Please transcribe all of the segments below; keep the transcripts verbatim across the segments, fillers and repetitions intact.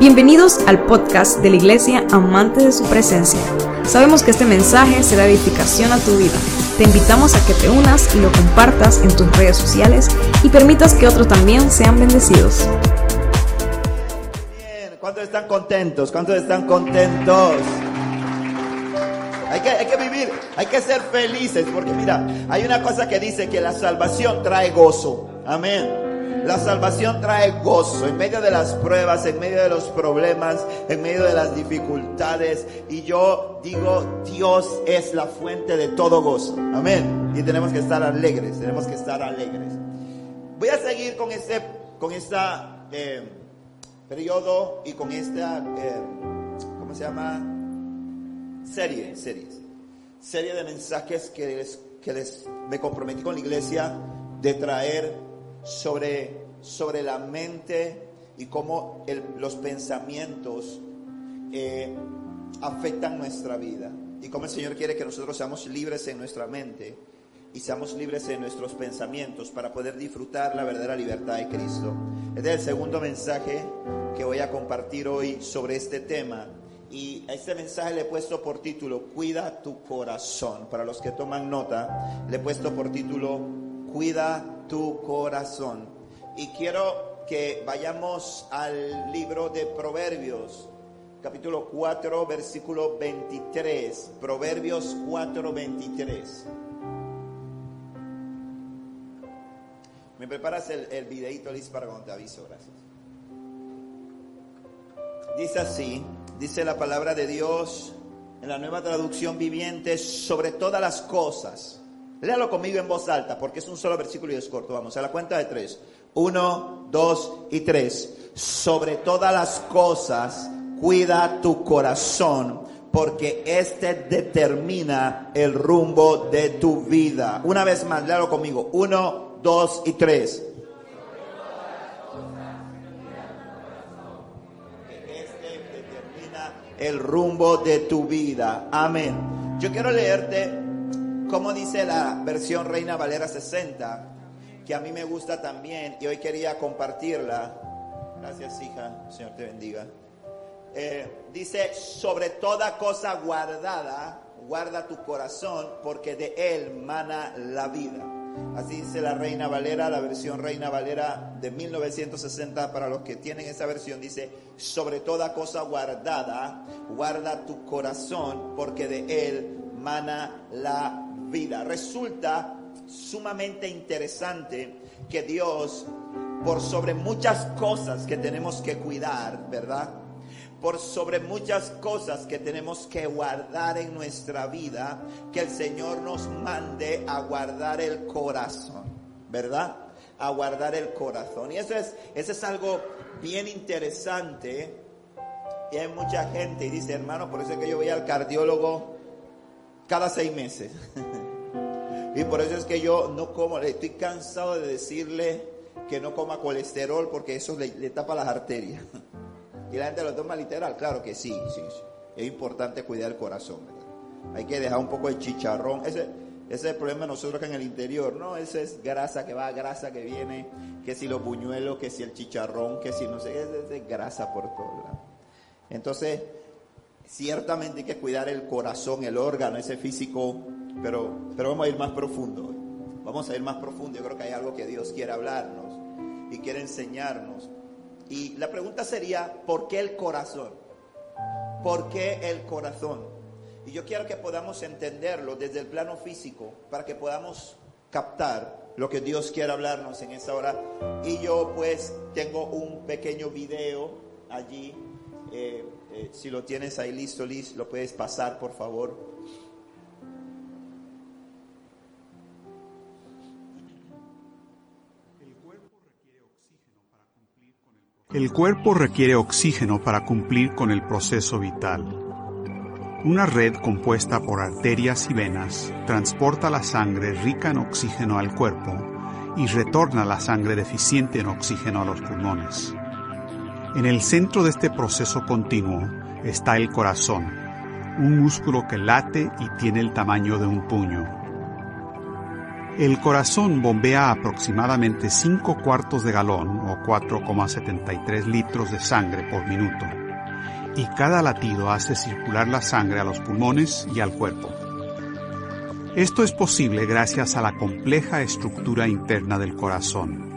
Bienvenidos al podcast de la Iglesia Amante de su Presencia. Sabemos que este mensaje será de edificación a tu vida. Te invitamos a que te unas y lo compartas en tus redes sociales y permitas que otros también sean bendecidos. Bien, ¿cuántos están contentos? ¿Cuántos están contentos? Hay que, hay que vivir, hay que ser felices, porque mira, hay una cosa que dice que la salvación trae gozo. Amén. La salvación trae gozo en medio de las pruebas, en medio de los problemas, en medio de las dificultades. Y yo digo, Dios es la fuente de todo gozo. Amén. Y tenemos que estar alegres, tenemos que estar alegres. Voy a seguir con este, con esta eh, periodo y con esta, eh, ¿cómo se llama? Serie, series. Serie de mensajes que les, que les me comprometí con la iglesia de traer sobre, sobre la mente y cómo el, los pensamientos eh, afectan nuestra vida, y cómo el Señor quiere que nosotros seamos libres en nuestra mente y seamos libres en nuestros pensamientos para poder disfrutar la verdadera libertad de Cristo. Este es el segundo mensaje que voy a compartir hoy sobre este tema, y a este mensaje le he puesto por título Cuida tu corazón. Para los que toman nota, le he puesto por título Cuida tu corazón. Y quiero que vayamos al libro de Proverbios, capítulo cuatro, versículo veintitrés. Proverbios cuatro, veintitrés. ¿Me preparas el, el videito, Liz, para cuando te aviso? Gracias. Dice así, dice la palabra de Dios en la Nueva Traducción Viviente: sobre todas las cosas. Léalo conmigo en voz alta, porque es un solo versículo y es corto. Vamos, a la cuenta de tres. Uno, dos y tres. Sobre todas las cosas, cuida tu corazón, porque este determina el rumbo de tu vida. Una vez más, léalo conmigo. Uno, dos y tres. El rumbo de tu vida. Amén. Yo quiero leerte como dice la versión Reina Valera sesenta, que a mí me gusta también, y hoy quería compartirla. Gracias, hija. Señor te bendiga. Eh, dice: sobre toda cosa guardada, guarda tu corazón, porque de él mana la vida. Así dice la Reina Valera, la versión Reina Valera de mil novecientos sesenta. Para los que tienen esa versión, dice: sobre toda cosa guardada, guarda tu corazón, porque de él mana la vida. Resulta sumamente interesante que Dios, por sobre muchas cosas que tenemos que cuidar, ¿verdad? Por sobre muchas cosas que tenemos que guardar en nuestra vida, que el Señor nos mande a guardar el corazón, ¿verdad? A guardar el corazón. Y eso es, eso es algo bien interesante. Y hay mucha gente y dice: hermano, por eso es que yo voy al cardiólogo cada seis meses. Y por eso es que yo no como, estoy cansado de decirle que no coma colesterol, porque eso le, le tapa las arterias. Y la gente lo toma literal. Claro que sí, sí, sí. Es importante cuidar el corazón, ¿verdad? Hay que dejar un poco de chicharrón. Ese, ese es el problema de nosotros acá en el interior, ¿no? Esa es grasa que va, grasa que viene, que si los buñuelos, que si el chicharrón, que si no sé, es, es grasa por todos lados. Entonces, ciertamente hay que cuidar el corazón, el órgano, ese físico, pero, pero vamos a ir más profundo hoy. Vamos a ir más profundo. Yo creo que hay algo que Dios quiere hablarnos y quiere enseñarnos. Y la pregunta sería: ¿por qué el corazón? ¿Por qué el corazón? Y yo quiero que podamos entenderlo desde el plano físico, para que podamos captar lo que Dios quiere hablarnos en esta hora. Y yo pues tengo un pequeño video allí. Eh, eh, si lo tienes ahí listo, Liz, lo puedes pasar, por favor. El cuerpo requiere oxígeno para cumplir con el proceso vital. Una red compuesta por arterias y venas transporta la sangre rica en oxígeno al cuerpo y retorna la sangre deficiente en oxígeno a los pulmones. En el centro de este proceso continuo está el corazón, un músculo que late y tiene el tamaño de un puño. El corazón bombea aproximadamente cinco cuartos de galón o cuatro coma setenta y tres litros de sangre por minuto, y cada latido hace circular la sangre a los pulmones y al cuerpo. Esto es posible gracias a la compleja estructura interna del corazón.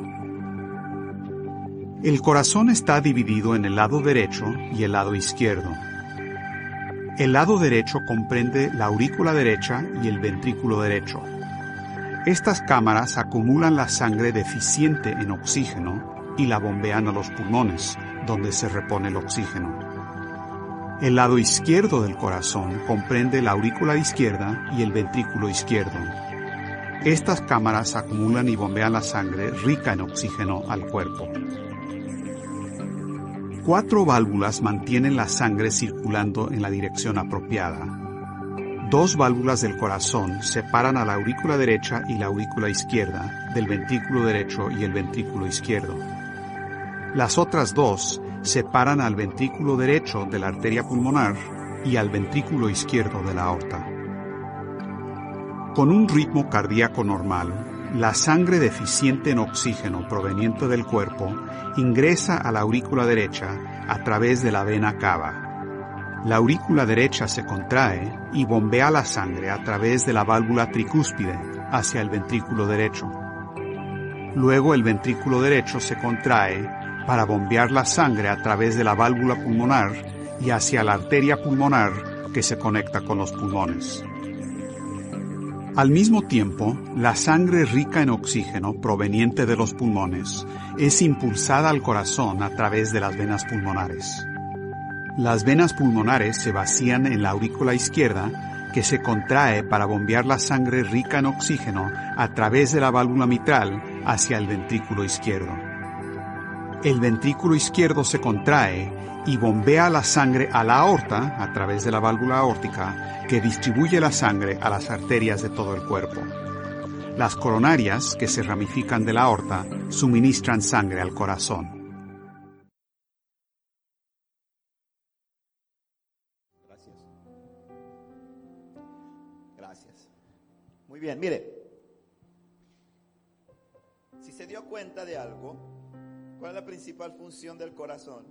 El corazón está dividido en el lado derecho y el lado izquierdo. El lado derecho comprende la aurícula derecha y el ventrículo derecho. Estas cámaras acumulan la sangre deficiente en oxígeno y la bombean a los pulmones, donde se repone el oxígeno. El lado izquierdo del corazón comprende la aurícula izquierda y el ventrículo izquierdo. Estas cámaras acumulan y bombean la sangre rica en oxígeno al cuerpo. Cuatro válvulas mantienen la sangre circulando en la dirección apropiada. Dos válvulas del corazón separan a la aurícula derecha y la aurícula izquierda del ventrículo derecho y el ventrículo izquierdo. Las otras dos separan al ventrículo derecho de la arteria pulmonar y al ventrículo izquierdo de la aorta. Con un ritmo cardíaco normal, la sangre deficiente en oxígeno proveniente del cuerpo ingresa a la aurícula derecha a través de la vena cava. La aurícula derecha se contrae y bombea la sangre a través de la válvula tricúspide hacia el ventrículo derecho. Luego el ventrículo derecho se contrae para bombear la sangre a través de la válvula pulmonar y hacia la arteria pulmonar que se conecta con los pulmones. Al mismo tiempo, la sangre rica en oxígeno proveniente de los pulmones es impulsada al corazón a través de las venas pulmonares. Las venas pulmonares se vacían en la aurícula izquierda, que se contrae para bombear la sangre rica en oxígeno a través de la válvula mitral hacia el ventrículo izquierdo. El ventrículo izquierdo se contrae y bombea la sangre a la aorta a través de la válvula aórtica, que distribuye la sangre a las arterias de todo el cuerpo. Las coronarias, que se ramifican de la aorta, suministran sangre al corazón. Gracias. Gracias. Muy bien, mire. Si se dio cuenta de algo, ¿cuál es la principal función del corazón?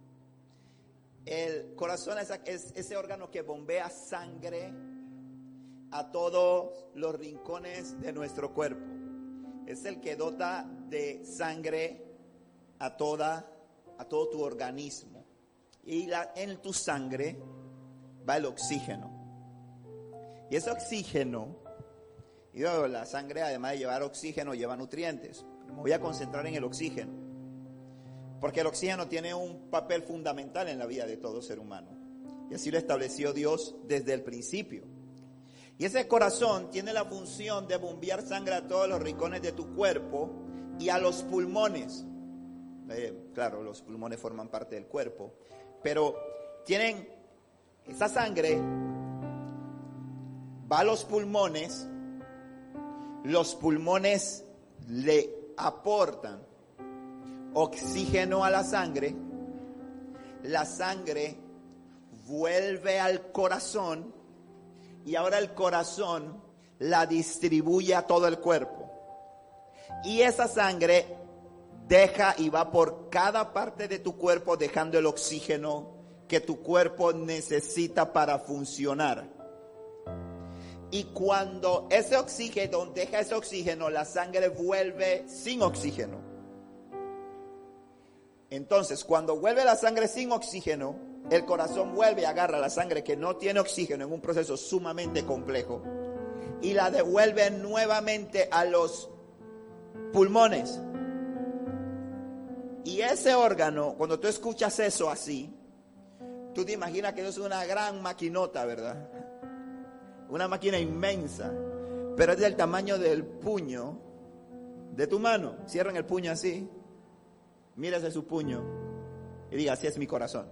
El corazón es, es ese órgano que bombea sangre a todos los rincones de nuestro cuerpo. Es el que dota de sangre a toda, a todo tu organismo. Y la, en tu sangre va el oxígeno. Y ese oxígeno, y la sangre, además de llevar oxígeno, lleva nutrientes. Me voy a concentrar en el oxígeno, porque el oxígeno tiene un papel fundamental en la vida de todo ser humano. Y así lo estableció Dios desde el principio. Y ese corazón tiene la función de bombear sangre a todos los rincones de tu cuerpo y a los pulmones. Eh, claro, los pulmones forman parte del cuerpo. Pero tienen esa sangre, va a los pulmones, los pulmones le aportan oxígeno a la sangre, la sangre vuelve al corazón y ahora el corazón la distribuye a todo el cuerpo. Y esa sangre deja y va por cada parte de tu cuerpo dejando el oxígeno que tu cuerpo necesita para funcionar. Y cuando ese oxígeno deja ese oxígeno, la sangre vuelve sin oxígeno. Entonces, cuando vuelve la sangre sin oxígeno, el corazón vuelve y agarra la sangre que no tiene oxígeno en un proceso sumamente complejo y la devuelve nuevamente a los pulmones. Y ese órgano, cuando tú escuchas eso así, tú te imaginas que eso es una gran maquinota, ¿verdad? Una máquina inmensa, pero es del tamaño del puño de tu mano. Cierran el puño así. Mírese su puño y diga, así es mi corazón.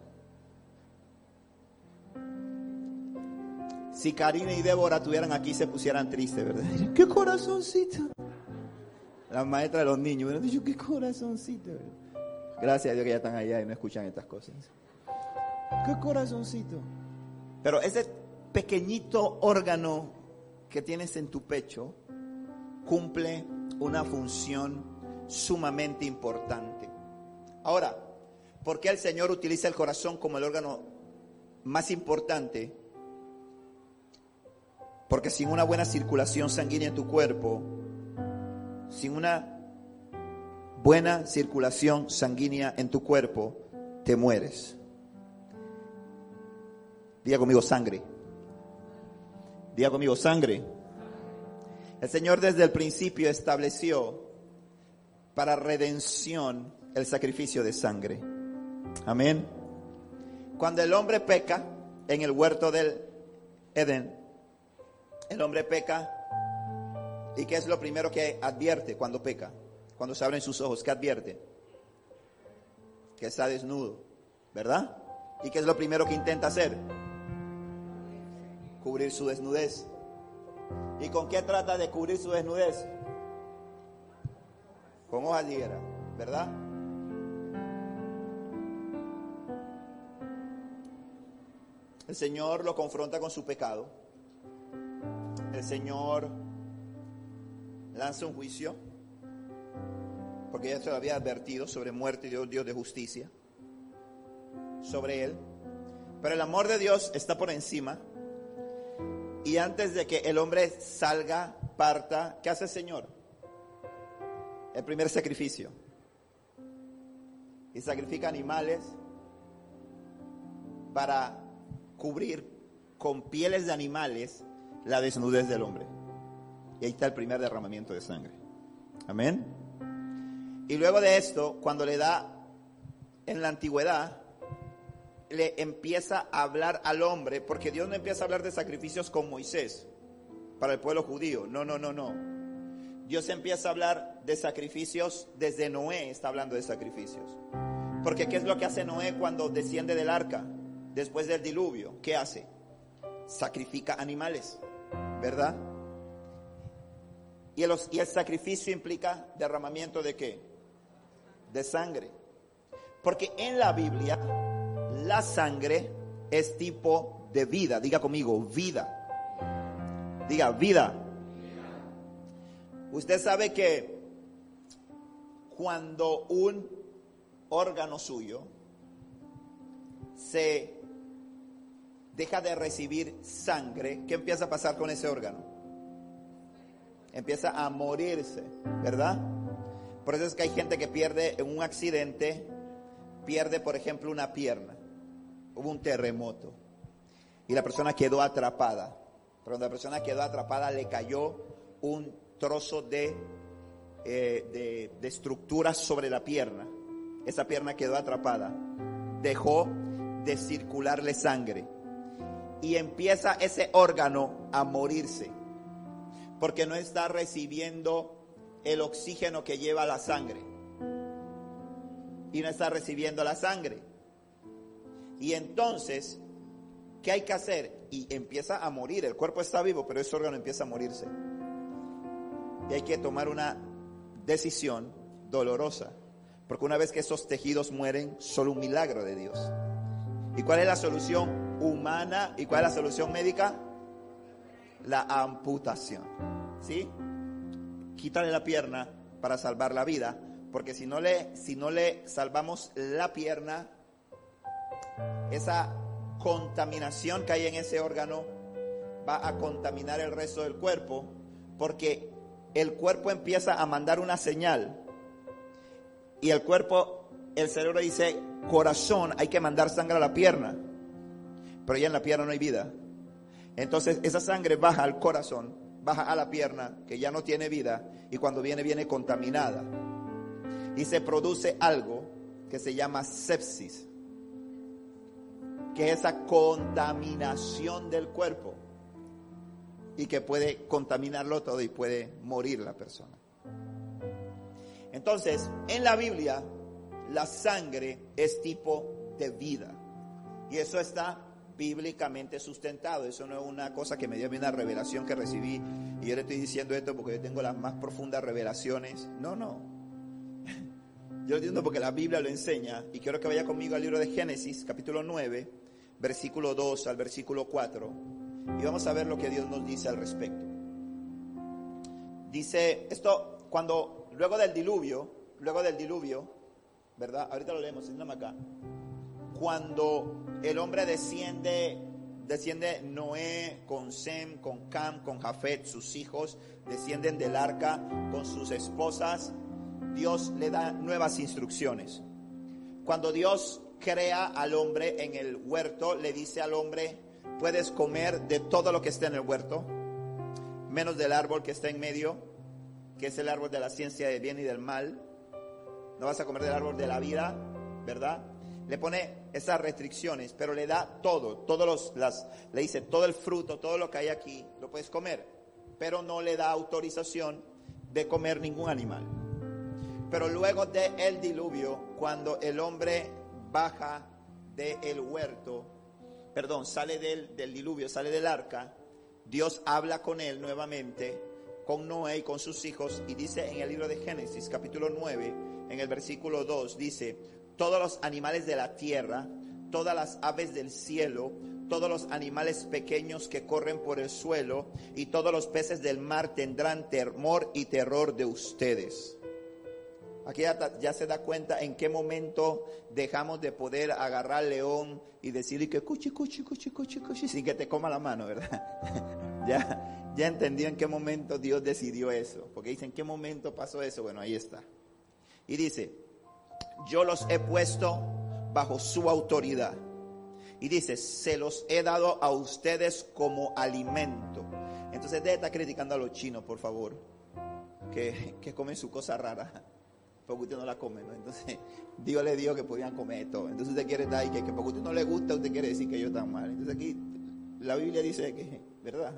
Si Karina y Débora estuvieran aquí, se pusieran tristes, ¿verdad? ¡Qué corazoncito! La maestra de los niños, ¿verdad? Dicho, ¡qué corazoncito! Gracias a Dios que ya están allá y no escuchan estas cosas. ¡Qué corazoncito! Pero ese pequeñito órgano que tienes en tu pecho cumple una función sumamente importante. Ahora, ¿por qué el Señor utiliza el corazón como el órgano más importante? Porque sin una buena circulación sanguínea en tu cuerpo, sin una buena circulación sanguínea en tu cuerpo, te mueres. Diga conmigo, sangre. Diga conmigo, sangre. El Señor desde el principio estableció para redención el sacrificio de sangre. Amén. Cuando el hombre peca en el huerto del Edén, el hombre peca, ¿y qué es lo primero que advierte cuando peca? Cuando se abren sus ojos, ¿qué advierte? Que está desnudo, ¿verdad? ¿Y qué es lo primero que intenta hacer? Cubrir su desnudez. ¿Y con qué trata de cubrir su desnudez? Con hojas de higuera, ¿verdad? El Señor lo confronta con su pecado. El Señor lanza un juicio, porque ya se lo había advertido sobre muerte y Dios, Dios de justicia, sobre él. Pero el amor de Dios está por encima. Y antes de que el hombre salga, parta, ¿qué hace el Señor? El primer sacrificio. Y sacrifica animales para cubrir con pieles de animales la desnudez del hombre. Y ahí está el primer derramamiento de sangre. Amén. Y luego de esto, cuando le da en la antigüedad, le empieza a hablar al hombre, porque Dios no empieza a hablar de sacrificios con Moisés para el pueblo judío. No, no, no, no. Dios empieza a hablar de sacrificios desde Noé, está hablando de sacrificios. Porque ¿qué es lo que hace Noé cuando desciende del arca después del diluvio? ¿Qué hace? Sacrifica animales, ¿verdad? Y el, y el sacrificio implica derramamiento de ¿qué? De sangre. Porque en la Biblia la sangre es tipo de vida. Diga conmigo, vida. Diga, vida. Usted sabe que cuando un órgano suyo se deja de recibir sangre, ¿qué empieza a pasar con ese órgano? Empieza a morirse, ¿verdad? Por eso es que hay gente que pierde en un accidente, pierde por ejemplo una pierna. Hubo un terremoto y la persona quedó atrapada. Pero cuando la persona quedó atrapada le cayó un trozo de, eh, de, de estructura sobre la pierna. Esa pierna quedó atrapada. Dejó de circularle sangre. Y empieza ese órgano a morirse. Porque no está recibiendo el oxígeno que lleva la sangre. Y no está recibiendo la sangre. Y entonces, ¿qué hay que hacer? Y empieza a morir. El cuerpo está vivo, pero ese órgano empieza a morirse. Y hay que tomar una decisión dolorosa. Porque una vez que esos tejidos mueren, solo un milagro de Dios. ¿Y cuál es la solución humana? ¿Y cuál es la solución médica? La amputación. ¿Sí? Quítale la pierna para salvar la vida. Porque si no le, si no le salvamos la pierna, esa contaminación que hay en ese órgano va a contaminar el resto del cuerpo, porque el cuerpo empieza a mandar una señal y el cuerpo, el cerebro dice, corazón, hay que mandar sangre a la pierna, pero ya en la pierna no hay vida. Entonces esa sangre baja al corazón, baja a la pierna que ya no tiene vida, y cuando viene, viene contaminada y se produce algo que se llama sepsis, que es esa contaminación del cuerpo y que puede contaminarlo todo y puede morir la persona. Entonces, en la Biblia, la sangre es tipo de vida. Y eso está bíblicamente sustentado. Eso no es una cosa que me dio a mí una revelación que recibí y yo le estoy diciendo esto porque yo tengo las más profundas revelaciones. No, no. Yo lo entiendo porque la Biblia lo enseña. Y quiero que vaya conmigo al libro de Génesis, capítulo nueve, versículo dos al versículo cuatro. Y vamos a ver lo que Dios nos dice al respecto. dice esto cuando, luego del diluvio, luego del diluvio, ¿verdad? Ahorita lo leemos, siéntame acá. Cuando el hombre desciende, desciende Noé con Sem, con Cam, con Jafet, sus hijos, descienden del arca con sus esposas, Dios le da nuevas instrucciones. Cuando Dios crea al hombre en el huerto, le dice al hombre: puedes comer de todo lo que está en el huerto, menos del árbol que está en medio, que es el árbol de la ciencia del bien y del mal. No vas a comer del árbol de la vida, ¿verdad? Le pone esas restricciones, pero le da todo, todos los, las, le dice todo el fruto, todo lo que hay aquí, lo puedes comer, pero no le da autorización de comer ningún animal. Pero luego del diluvio, cuando el hombre baja del huerto, perdón, sale del, del diluvio, sale del arca, Dios habla con él nuevamente, con Noé y con sus hijos, y dice en el libro de Génesis, capítulo nueve, en el versículo dos, dice: todos los animales de la tierra, todas las aves del cielo, todos los animales pequeños que corren por el suelo y todos los peces del mar tendrán temor y terror de ustedes. Aquí ya, ya se da cuenta en qué momento dejamos de poder agarrar al león y decirle que cuchi, cuchi, cuchi, cuchi, cuchi, sin que te coma la mano, ¿verdad? ya, ya entendió en qué momento Dios decidió eso. Porque dice, ¿en qué momento pasó eso? Bueno, ahí está. Y dice: yo los he puesto bajo su autoridad. Y dice: se los he dado a ustedes como alimento. Entonces deje de estar criticando a los chinos, por favor, que, que comen su cosa rara, porque usted no la come, ¿no? Entonces Dios le dijo que podían comer todo. Entonces usted quiere estar ahí, que, que porque usted no le gusta, usted quiere decir que ellos están mal. Entonces aquí la Biblia dice que, ¿verdad?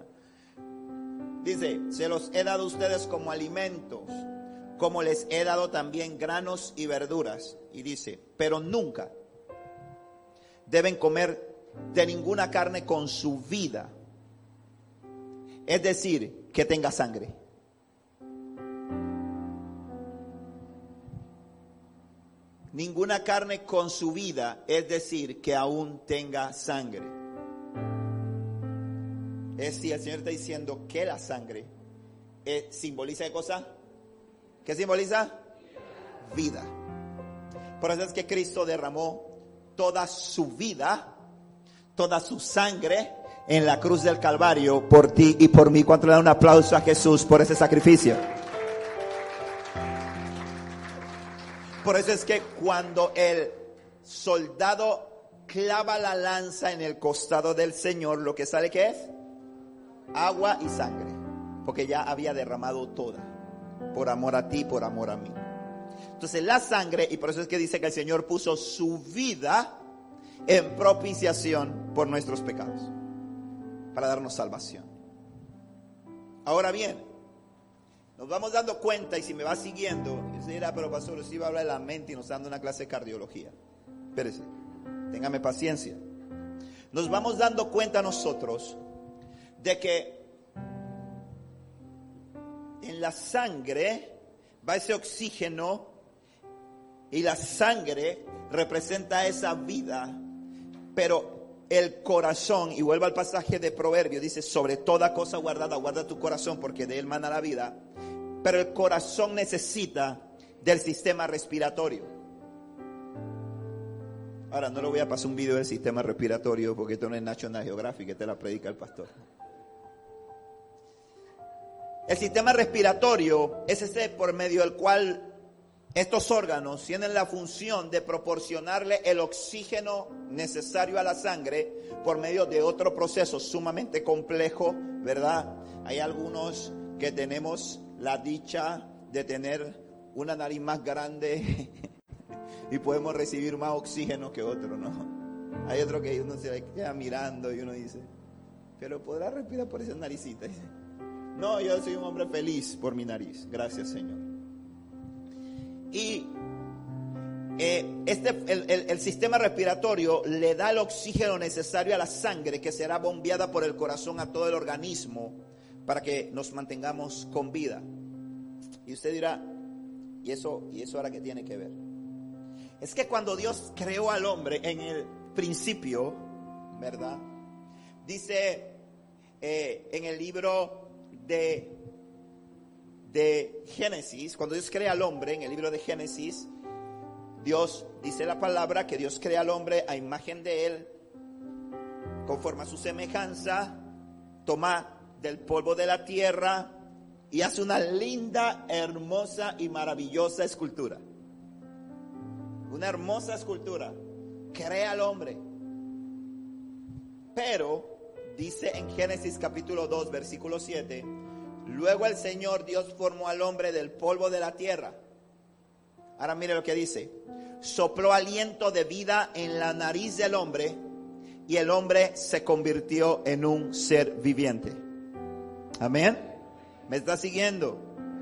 Dice: se los he dado a ustedes como alimentos, como les he dado también granos y verduras. Y dice: pero nunca deben comer de ninguna carne con su vida, es decir, que tenga sangre. Ninguna carne con su vida, es decir, que aún tenga sangre. Es decir, el Señor está diciendo que la sangre eh, simboliza ¿qué cosa? ¿Qué simboliza? Vida. Por eso es que Cristo derramó toda su vida, toda su sangre en la cruz del Calvario por ti y por mí. ¿Cuánto le da un aplauso a Jesús por ese sacrificio? Por eso es que cuando el soldado clava la lanza en el costado del Señor, lo que sale, ¿qué es? Agua y sangre, porque ya había derramado toda, por amor a ti, por amor a mí. Entonces la sangre, y por eso es que dice que el Señor puso su vida en propiciación por nuestros pecados, para darnos salvación. Ahora bien, nos vamos dando cuenta, y si me va siguiendo, usted dirá: pero pastor, usted iba a hablar de la mente y nos está dando una clase de cardiología. Espérese, téngame paciencia. Nos vamos dando cuenta nosotros de que en la sangre va ese oxígeno, y la sangre representa esa vida, pero el corazón, y vuelvo al pasaje de Proverbios, dice: sobre toda cosa guardada, guarda tu corazón, porque de él mana la vida. Pero el corazón necesita del sistema respiratorio. Ahora, no le voy a pasar un video del sistema respiratorio, porque esto no es National Geographic, esta la predica el pastor. El sistema respiratorio es ese por medio del cual estos órganos tienen la función de proporcionarle el oxígeno necesario a la sangre por medio de otro proceso sumamente complejo, ¿verdad? Hay algunos que tenemos la dicha de tener una nariz más grande y podemos recibir más oxígeno que otros, ¿no? Hay otro que uno se queda mirando y uno dice: pero ¿podrá respirar por esa naricita? No, yo soy un hombre feliz por mi nariz, gracias Señor. Y eh, este, el, el, el sistema respiratorio le da el oxígeno necesario a la sangre, que será bombeada por el corazón a todo el organismo para que nos mantengamos con vida. Y usted dirá: ¿y eso, y eso ahora qué tiene que ver? Es que cuando Dios creó al hombre en el principio, ¿verdad? Dice eh, en el libro de de Génesis, cuando Dios crea al hombre, en el libro de Génesis, Dios dice la palabra que Dios crea al hombre a imagen de él, conforme a su semejanza, toma del polvo de la tierra y hace una linda, hermosa y maravillosa escultura. Una hermosa escultura. Crea al hombre. Pero dice en Génesis capítulo dos, versículo siete, luego el Señor Dios formó al hombre del polvo de la tierra. Ahora mire lo que dice. Sopló aliento de vida en la nariz del hombre y el hombre se convirtió en un ser viviente. Amén. ¿Me está siguiendo?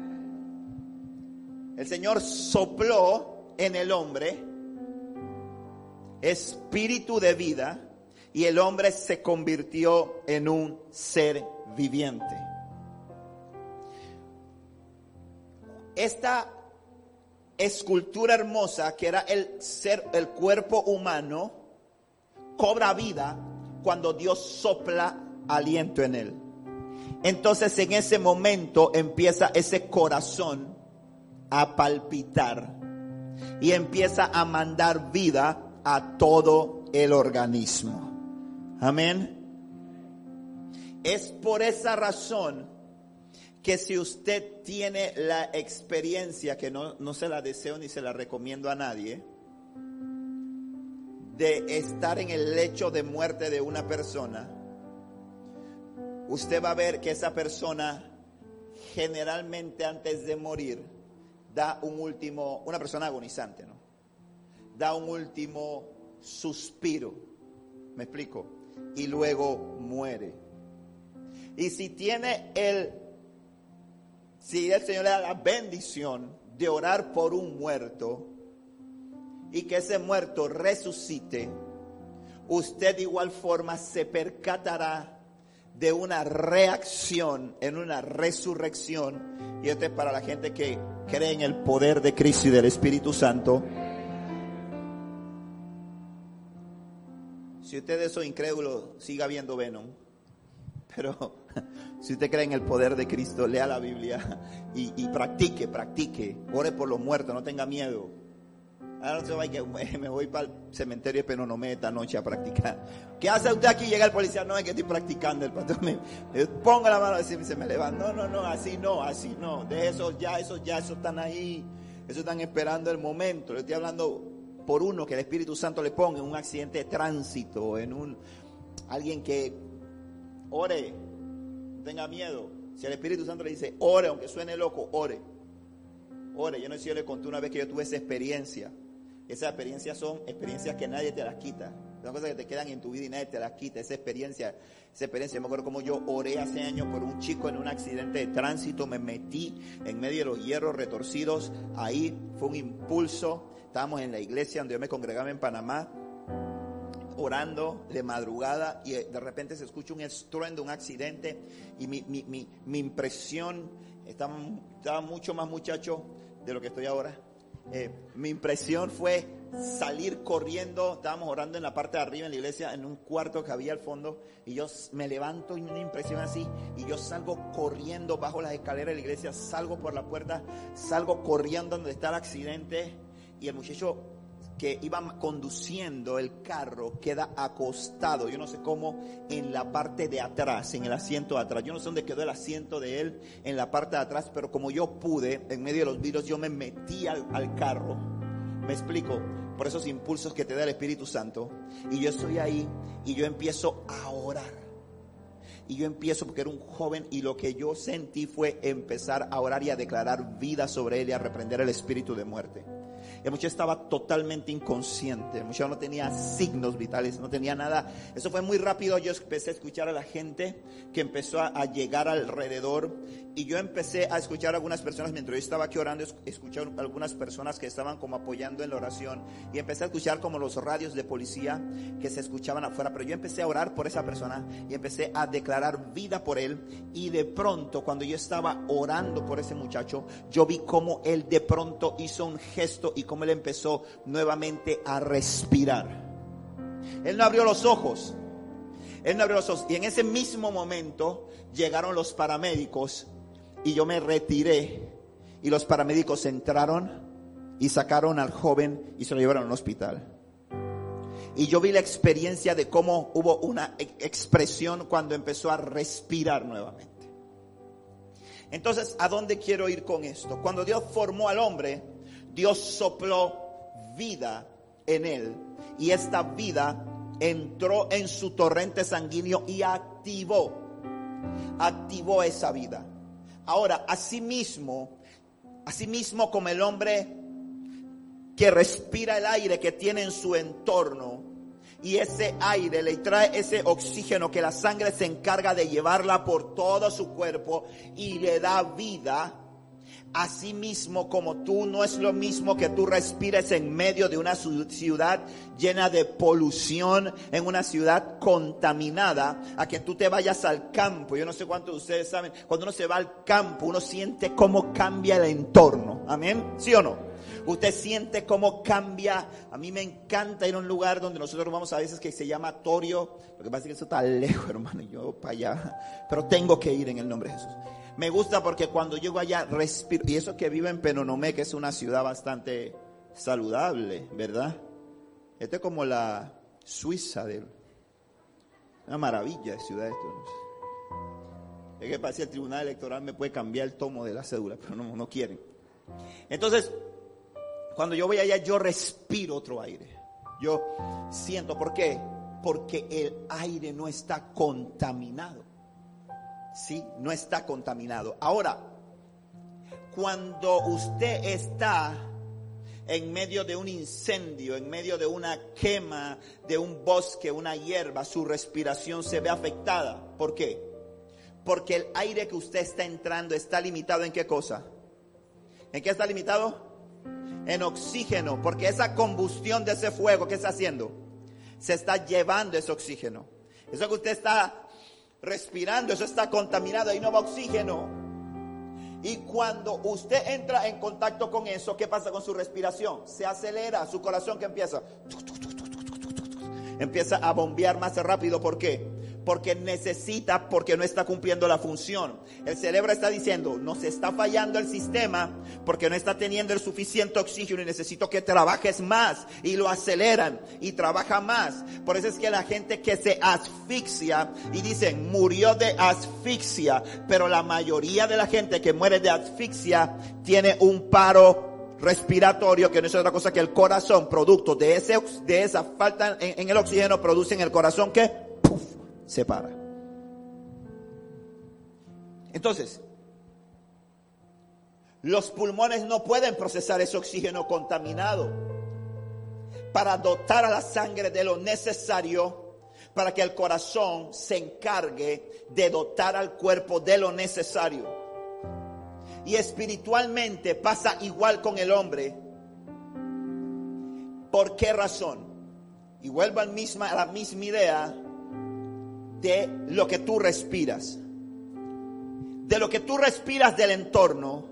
El Señor sopló en el hombre espíritu de vida y el hombre se convirtió en un ser viviente. Esta escultura hermosa que era el ser, el cuerpo humano, cobra vida cuando Dios sopla aliento en él. Entonces en ese momento empieza ese corazón a palpitar y empieza a mandar vida a todo el organismo. Amén. Es por esa razón que si usted tiene la experiencia, que no, no se la deseo ni se la recomiendo a nadie, de estar en el lecho de muerte de una persona, usted va a ver que esa persona generalmente antes de morir da un último, una persona agonizante, ¿no? Da un último suspiro, ¿me explico? Y luego muere. Y si tiene el, si el Señor le da la bendición de orar por un muerto y que ese muerto resucite, usted de igual forma se percatará de una reacción en una resurrección. Y esto es para la gente que cree en el poder de Cristo y del Espíritu Santo. Si usted es incrédulo, siga viendo Venom. Pero si usted cree en el poder de Cristo, lea la Biblia y, y practique, practique. Ore por los muertos, no tenga miedo. Ahora no se va, que me voy para el cementerio de Penonomé esta noche a practicar. ¿Qué hace usted aquí? Llega el policía. No, es que estoy practicando. El pastor me, me ponga la mano y se me levanta. No, no, no, así no, así no. De esos ya, esos ya, esos están ahí. Esos están esperando el momento. Le estoy hablando por uno que el Espíritu Santo le ponga en un accidente de tránsito, en un alguien que ore, no tenga miedo. Si el Espíritu Santo le dice ore, aunque suene loco, ore. Ore. Yo no sé si yo le conté una vez que yo tuve esa experiencia. Esas experiencias son experiencias que nadie te las quita. Son cosas que te quedan en tu vida y nadie te las quita. Esa experiencia, esa experiencia. Yo me acuerdo como yo oré hace años por un chico en un accidente de tránsito. Me metí en medio de los hierros retorcidos. Ahí fue un impulso. Estábamos en la iglesia donde yo me congregaba en Panamá, orando de madrugada, y de repente se escucha un estruendo, un accidente, y mi, mi, mi, mi impresión, estaba, estaba mucho más muchacho de lo que estoy ahora. Eh, mi impresión fue salir corriendo. Estábamos orando en la parte de arriba en la iglesia, en un cuarto que había al fondo, y yo me levanto y una impresión así, y yo salgo corriendo bajo las escaleras de la iglesia, salgo por la puerta, salgo corriendo donde está el accidente, y el muchacho que iba conduciendo el carro queda acostado, yo no sé cómo, en la parte de atrás, en el asiento de atrás. Yo no sé dónde quedó el asiento de él, en la parte de atrás, pero como yo pude, en medio de los vidrios, yo me metí al, al carro. Me explico, por esos impulsos que te da el Espíritu Santo. Y yo estoy ahí y yo empiezo a orar. Y yo empiezo, porque era un joven, y lo que yo sentí fue empezar a orar y a declarar vida sobre él y a reprender el espíritu de muerte. El muchacho estaba totalmente inconsciente, el muchacho no tenía signos vitales, no tenía nada. Eso fue muy rápido. Yo empecé a escuchar a la gente que empezó a, a llegar alrededor, y yo empecé a escuchar a algunas personas mientras yo estaba aquí orando. Escuché a algunas personas que estaban como apoyando en la oración, y empecé a escuchar como los radios de policía que se escuchaban afuera. Pero yo empecé a orar por esa persona y empecé a declarar vida por él, y de pronto, cuando yo estaba orando por ese muchacho, yo vi cómo él de pronto hizo un gesto y cómo él empezó nuevamente a respirar. Él no abrió los ojos. Él no abrió los ojos. Y en ese mismo momento llegaron los paramédicos y yo me retiré y los paramédicos entraron y sacaron al joven y se lo llevaron al hospital. Y yo vi la experiencia de cómo hubo una expresión cuando empezó a respirar nuevamente. Entonces, ¿a dónde quiero ir con esto? Cuando Dios formó al hombre, Dios sopló vida en él. Y esta vida entró en su torrente sanguíneo y activó, activó esa vida. Ahora, asimismo, asimismo como el hombre que respira el aire que tiene en su entorno, y ese aire le trae ese oxígeno que la sangre se encarga de llevarla por todo su cuerpo y le da vida. Así mismo como tú, no es lo mismo que tú respires en medio de una ciudad llena de polución, en una ciudad contaminada, a que tú te vayas al campo. Yo no sé cuántos de ustedes saben, cuando uno se va al campo, uno siente cómo cambia el entorno. Amén, ¿sí o no? Usted siente cómo cambia. A mí me encanta ir a un lugar donde nosotros vamos a veces que se llama Torio. Lo que pasa es que eso está lejos, hermano, yo para allá, pero tengo que ir en el nombre de Jesús. Me gusta porque cuando llego allá respiro, y eso que vivo en Penonomé, que es una ciudad bastante saludable, ¿verdad? Esto es como la Suiza de una maravilla de ciudad esto. Es que parece que el tribunal electoral me puede cambiar el tomo de la cédula, pero no, no quieren. Entonces, cuando yo voy allá, yo respiro otro aire. Yo siento, ¿por qué? Porque el aire no está contaminado. Sí, no está contaminado. Ahora, cuando usted está en medio de un incendio, en medio de una quema, de un bosque, una hierba, su respiración se ve afectada. ¿Por qué? Porque el aire que usted está entrando está limitado ¿en qué cosa? ¿En qué está limitado? En oxígeno, porque esa combustión de ese fuego, ¿qué está haciendo? Se está llevando ese oxígeno. Eso que usted está respirando, eso está contaminado, ahí no va oxígeno. Y cuando usted entra en contacto con eso, ¿qué pasa con su respiración? Se acelera, su corazón que empieza empieza a bombear más rápido. ¿Por qué? Porque necesita, porque no está cumpliendo la función. El cerebro está diciendo, nos está fallando el sistema porque no está teniendo el suficiente oxígeno y necesito que trabajes más. Y lo aceleran y trabaja más. Por eso es que la gente que se asfixia y dicen, murió de asfixia. Pero la mayoría de la gente que muere de asfixia tiene un paro respiratorio, que no es otra cosa que el corazón, producto de, ese, de esa falta en, en el oxígeno, produce en el corazón que ¡puf!, se para. Entonces, los pulmones no pueden procesar ese oxígeno contaminado para dotar a la sangre de lo necesario para que el corazón se encargue de dotar al cuerpo de lo necesario. Y espiritualmente pasa igual con el hombre. ¿Por qué razón? Y vuelvo al misma, a la misma idea de lo que tú respiras. De lo que tú respiras del entorno.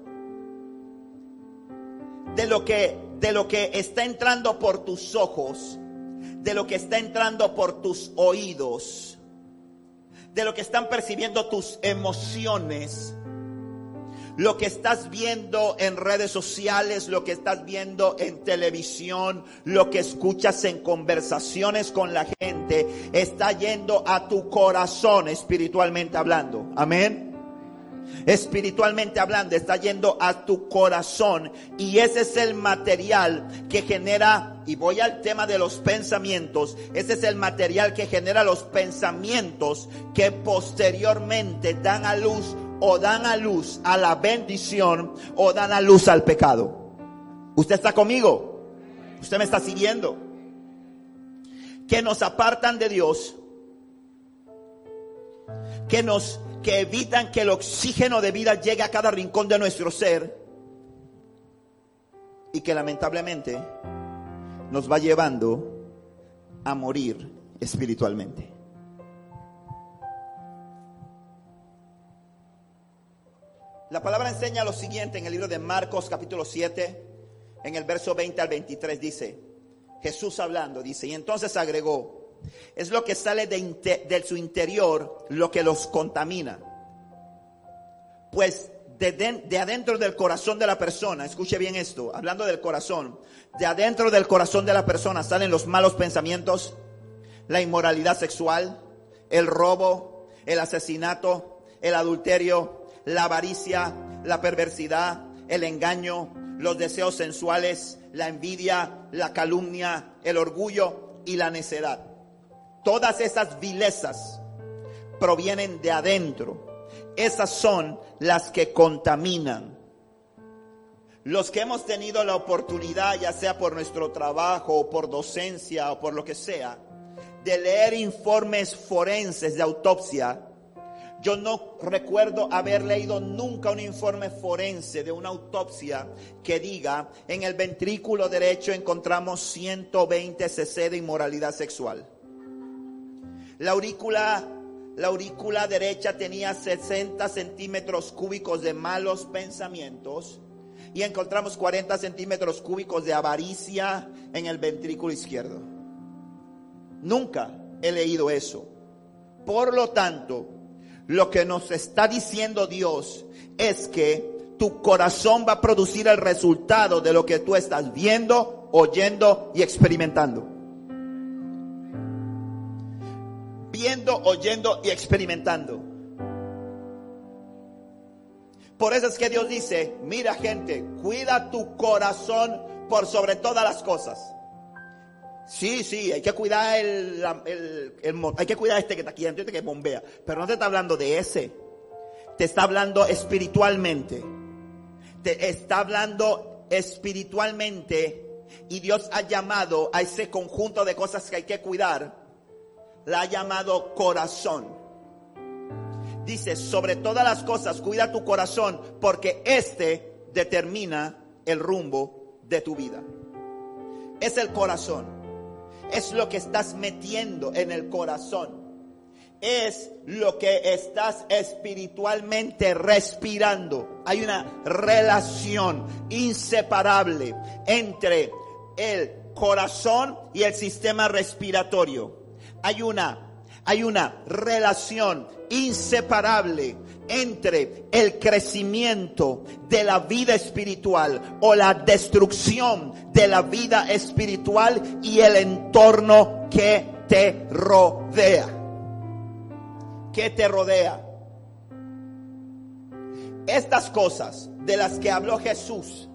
De lo que, de lo que está entrando por tus ojos. De lo que está entrando por tus oídos. De lo que están percibiendo tus emociones. Lo que estás viendo en redes sociales, lo que estás viendo en televisión, lo que escuchas en conversaciones con la gente, está yendo a tu corazón espiritualmente hablando. Amén. Espiritualmente hablando, está yendo a tu corazón. Y ese es el material que genera, y voy al tema de los pensamientos, ese es el material que genera los pensamientos que posteriormente dan a luz o dan a luz a la bendición o dan a luz al pecado. ¿Usted está conmigo? ¿Usted me está siguiendo? Que nos apartan de Dios, que nos que evitan que el oxígeno de vida llegue a cada rincón de nuestro ser y que lamentablemente nos va llevando a morir espiritualmente. La palabra enseña lo siguiente en el libro de Marcos capítulo siete, en el verso veinte al veintitrés, dice, Jesús hablando, dice, y entonces agregó, es lo que sale de, inter, de su interior lo que los contamina. Pues de, de, de adentro del corazón de la persona, escuche bien esto, hablando del corazón, de adentro del corazón de la persona salen los malos pensamientos, la inmoralidad sexual, el robo, el asesinato, el adulterio, la avaricia, la perversidad, el engaño, los deseos sensuales, la envidia, la calumnia, el orgullo y la necedad. Todas esas vilezas provienen de adentro. Esas son las que contaminan. Los que hemos tenido la oportunidad, ya sea por nuestro trabajo o por docencia o por lo que sea, de leer informes forenses de autopsia, yo no recuerdo haber leído nunca un informe forense de una autopsia que diga: en el ventrículo derecho encontramos ciento veinte cc de inmoralidad sexual. La aurícula, la aurícula derecha tenía sesenta centímetros cúbicos de malos pensamientos y encontramos cuarenta centímetros cúbicos de avaricia en el ventrículo izquierdo. Nunca he leído eso. Por lo tanto, lo que nos está diciendo Dios es que tu corazón va a producir el resultado de lo que tú estás viendo, oyendo y experimentando. Viendo, oyendo y experimentando. Por eso es que Dios dice: mira, gente, cuida tu corazón por sobre todas las cosas. Sí, sí, hay que cuidar el, el, el, el hay que cuidar este que está aquí, este que bombea, pero no te está hablando de ese. Te está hablando espiritualmente. Te está hablando espiritualmente, y Dios ha llamado a ese conjunto de cosas que hay que cuidar, la ha llamado corazón. Dice: sobre todas las cosas cuida tu corazón, porque este determina el rumbo de tu vida. Es el corazón. Es lo que estás metiendo en el corazón. Es lo que estás espiritualmente respirando. Hay una relación inseparable entre el corazón y el sistema respiratorio. Hay una, hay una relación inseparable entre el crecimiento de la vida espiritual o la destrucción de la vida espiritual y el entorno que te rodea. Que te rodea. Estas cosas de las que habló Jesús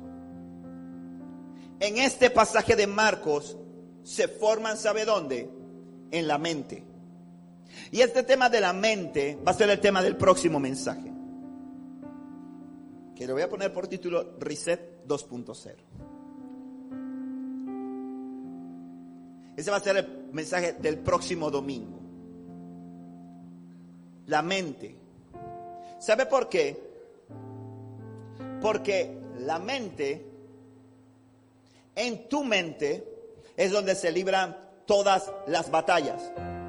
en este pasaje de Marcos se forman, ¿sabe dónde? En la mente. Y este tema de la mente va a ser el tema del próximo mensaje, que le voy a poner por título Reset dos punto cero. Ese va a ser el mensaje del próximo domingo. La mente. ¿Sabe por qué? Porque la mente, en tu mente, es donde se libran todas las batallas.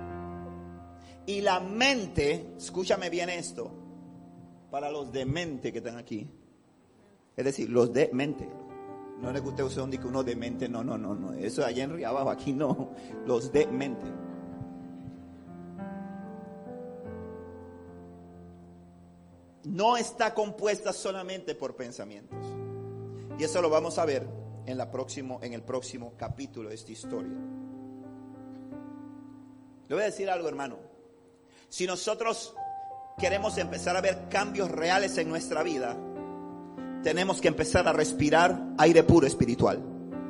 Y la mente, escúchame bien esto, para los de mente que están aquí, es decir, los de mente. No les guste usar un dique uno de mente, no, no, no, no, eso allá en Río abajo, aquí no, los de mente. No está compuesta solamente por pensamientos. Y eso lo vamos a ver en, la próximo, en el próximo capítulo de esta historia. Le voy a decir algo, hermano. Si nosotros queremos empezar a ver cambios reales en nuestra vida, tenemos que empezar a respirar aire puro espiritual.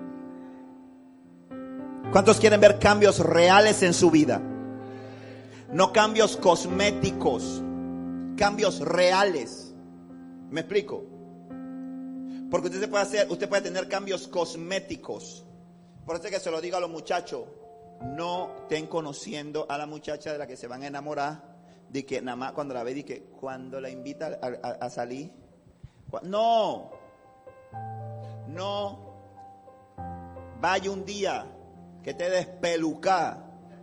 ¿Cuántos quieren ver cambios reales en su vida? No cambios cosméticos, cambios reales. ¿Me explico? Porque usted puede hacer, usted puede tener cambios cosméticos. Por eso es que se lo digo a los muchachos: no estén conociendo a la muchacha de la que se van a enamorar, de que nada más cuando la ve, de que cuando la invita a, a, a salir. No, no. Vaya un día que te despeluca.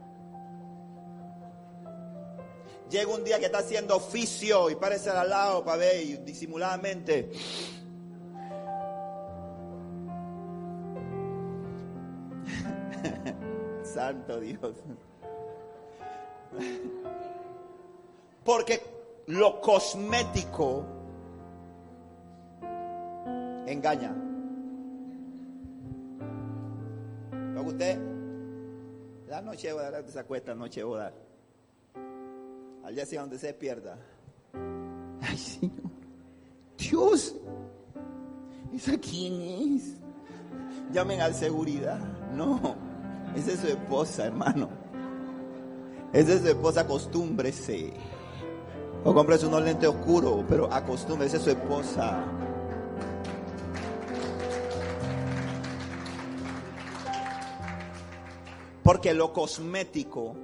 Llega un día que está haciendo oficio y parece al lado para ver y disimuladamente. Santo Dios. Porque lo cosmético engaña. Luego usted, la noche de boda, se acuesta, noche de boda. Al día siguiente donde se despierta. Ay, Señor, Dios, ¿esa quién es? Llamen al seguridad. No, esa es su esposa, hermano. Esa es su esposa, acostúmbrese. O cómprese unos lentes oscuros, pero acostúmbrese, esa es su esposa. Porque lo cosmético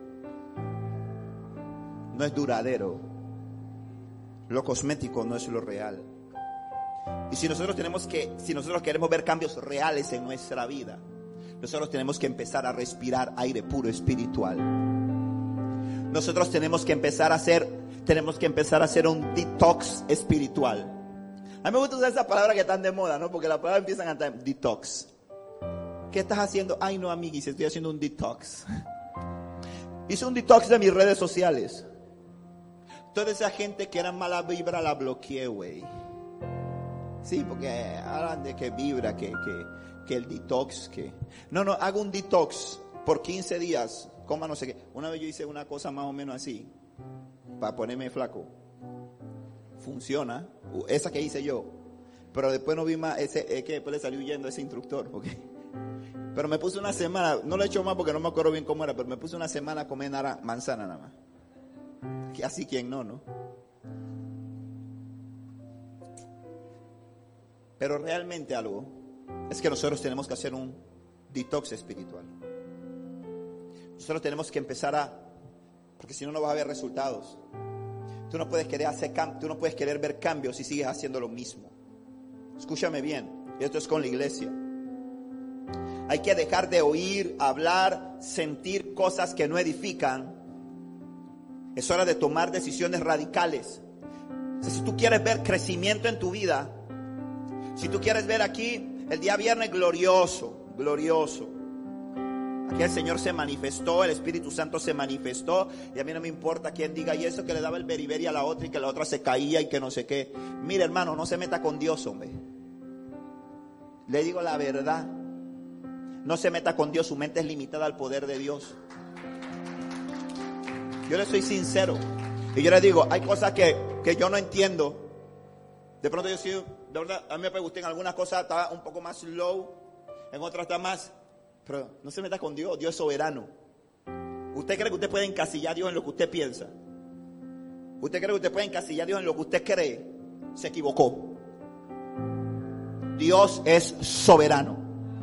no es duradero. Lo cosmético no es lo real. Y si nosotros tenemos que, si nosotros queremos ver cambios reales en nuestra vida, nosotros tenemos que empezar a respirar aire puro espiritual. Nosotros tenemos que empezar a hacer, tenemos que empezar a hacer un detox espiritual. A mí me gusta usar esa palabra que están de moda, ¿no? Porque la palabra empiezan a cantar detox. ¿Qué estás haciendo? Ay, no, amiguis, estoy haciendo un detox. Hice un detox de mis redes sociales. Toda esa gente que era mala vibra la bloqueé, güey. Sí, porque hablan de que vibra, que, que, que el detox, que... No, no, hago un detox por quince días, coma no sé qué. Una vez yo hice una cosa más o menos así, para ponerme flaco. Funciona, esa que hice yo. Pero después no vi más, ese, es que después le salió huyendo ese instructor, porque... Pero me puse una semana, no lo he hecho más porque no me acuerdo bien cómo era, pero me puse una semana a comer nara, manzana nada más. Así quien no, ¿no? Pero realmente algo es que nosotros tenemos que hacer un detox espiritual. Nosotros tenemos que empezar a, porque si no, no vas a ver resultados. Tú no puedes querer hacer, tú no puedes querer ver cambios si sigues haciendo lo mismo. Escúchame bien, y esto es con la iglesia. Hay que dejar de oír, hablar, sentir cosas que no edifican. Es hora de tomar decisiones radicales. O sea, si tú quieres ver crecimiento en tu vida, si tú quieres ver aquí el día viernes glorioso, glorioso. Aquí el Señor se manifestó, el Espíritu Santo se manifestó, y a mí no me importa quién diga, y eso que le daba el beriberi a la otra y que la otra se caía y que no sé qué. Mire, hermano, no se meta con Dios, hombre. Le digo la verdad. No se meta con Dios, su mente es limitada al poder de Dios. Yo le soy sincero. Y yo le digo, hay cosas que, que yo no entiendo. De pronto yo sí, de verdad, a mí me gustan algunas cosas, está un poco más slow, en otras está más. Pero no se meta con Dios, Dios es soberano. ¿Usted cree que usted puede encasillar a Dios en lo que usted piensa? ¿Usted cree que usted puede encasillar a Dios en lo que usted cree? Se equivocó. Dios es soberano.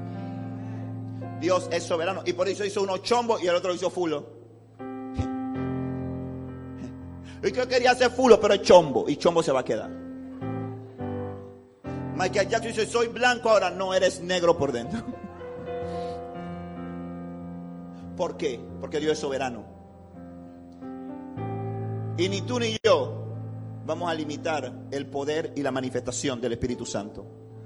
Dios es soberano. Y por eso hizo uno chombo y el otro hizo fulo. Y que quería hacer fulo, pero es chombo. Y chombo se va a quedar. Michael Jackson dice, soy blanco, ahora no, eres negro por dentro. ¿Por qué? Porque Dios es soberano. Y ni tú ni yo vamos a limitar el poder y la manifestación del Espíritu Santo.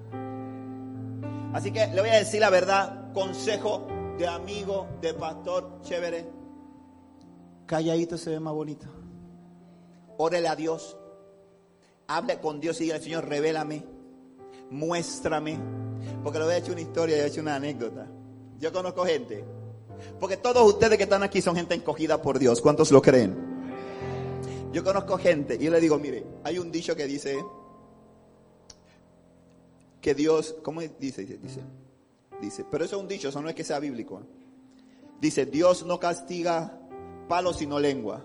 Así que le voy a decir la verdad, consejo de amigo, de pastor, chévere. Calladito se ve más bonito. Órele a Dios. Hable con Dios y diga, Señor, revélame, muéstrame. Porque le voy a echar una historia, le voy a echar una anécdota. Yo conozco gente. Porque todos ustedes que están aquí son gente encogida por Dios. ¿Cuántos lo creen? Yo conozco gente y yo le digo, mire, hay un dicho que dice... que Dios, ¿cómo dice? Dice, dice, pero eso es un dicho, eso no es que sea bíblico. Dice, Dios no castiga palo sino lengua.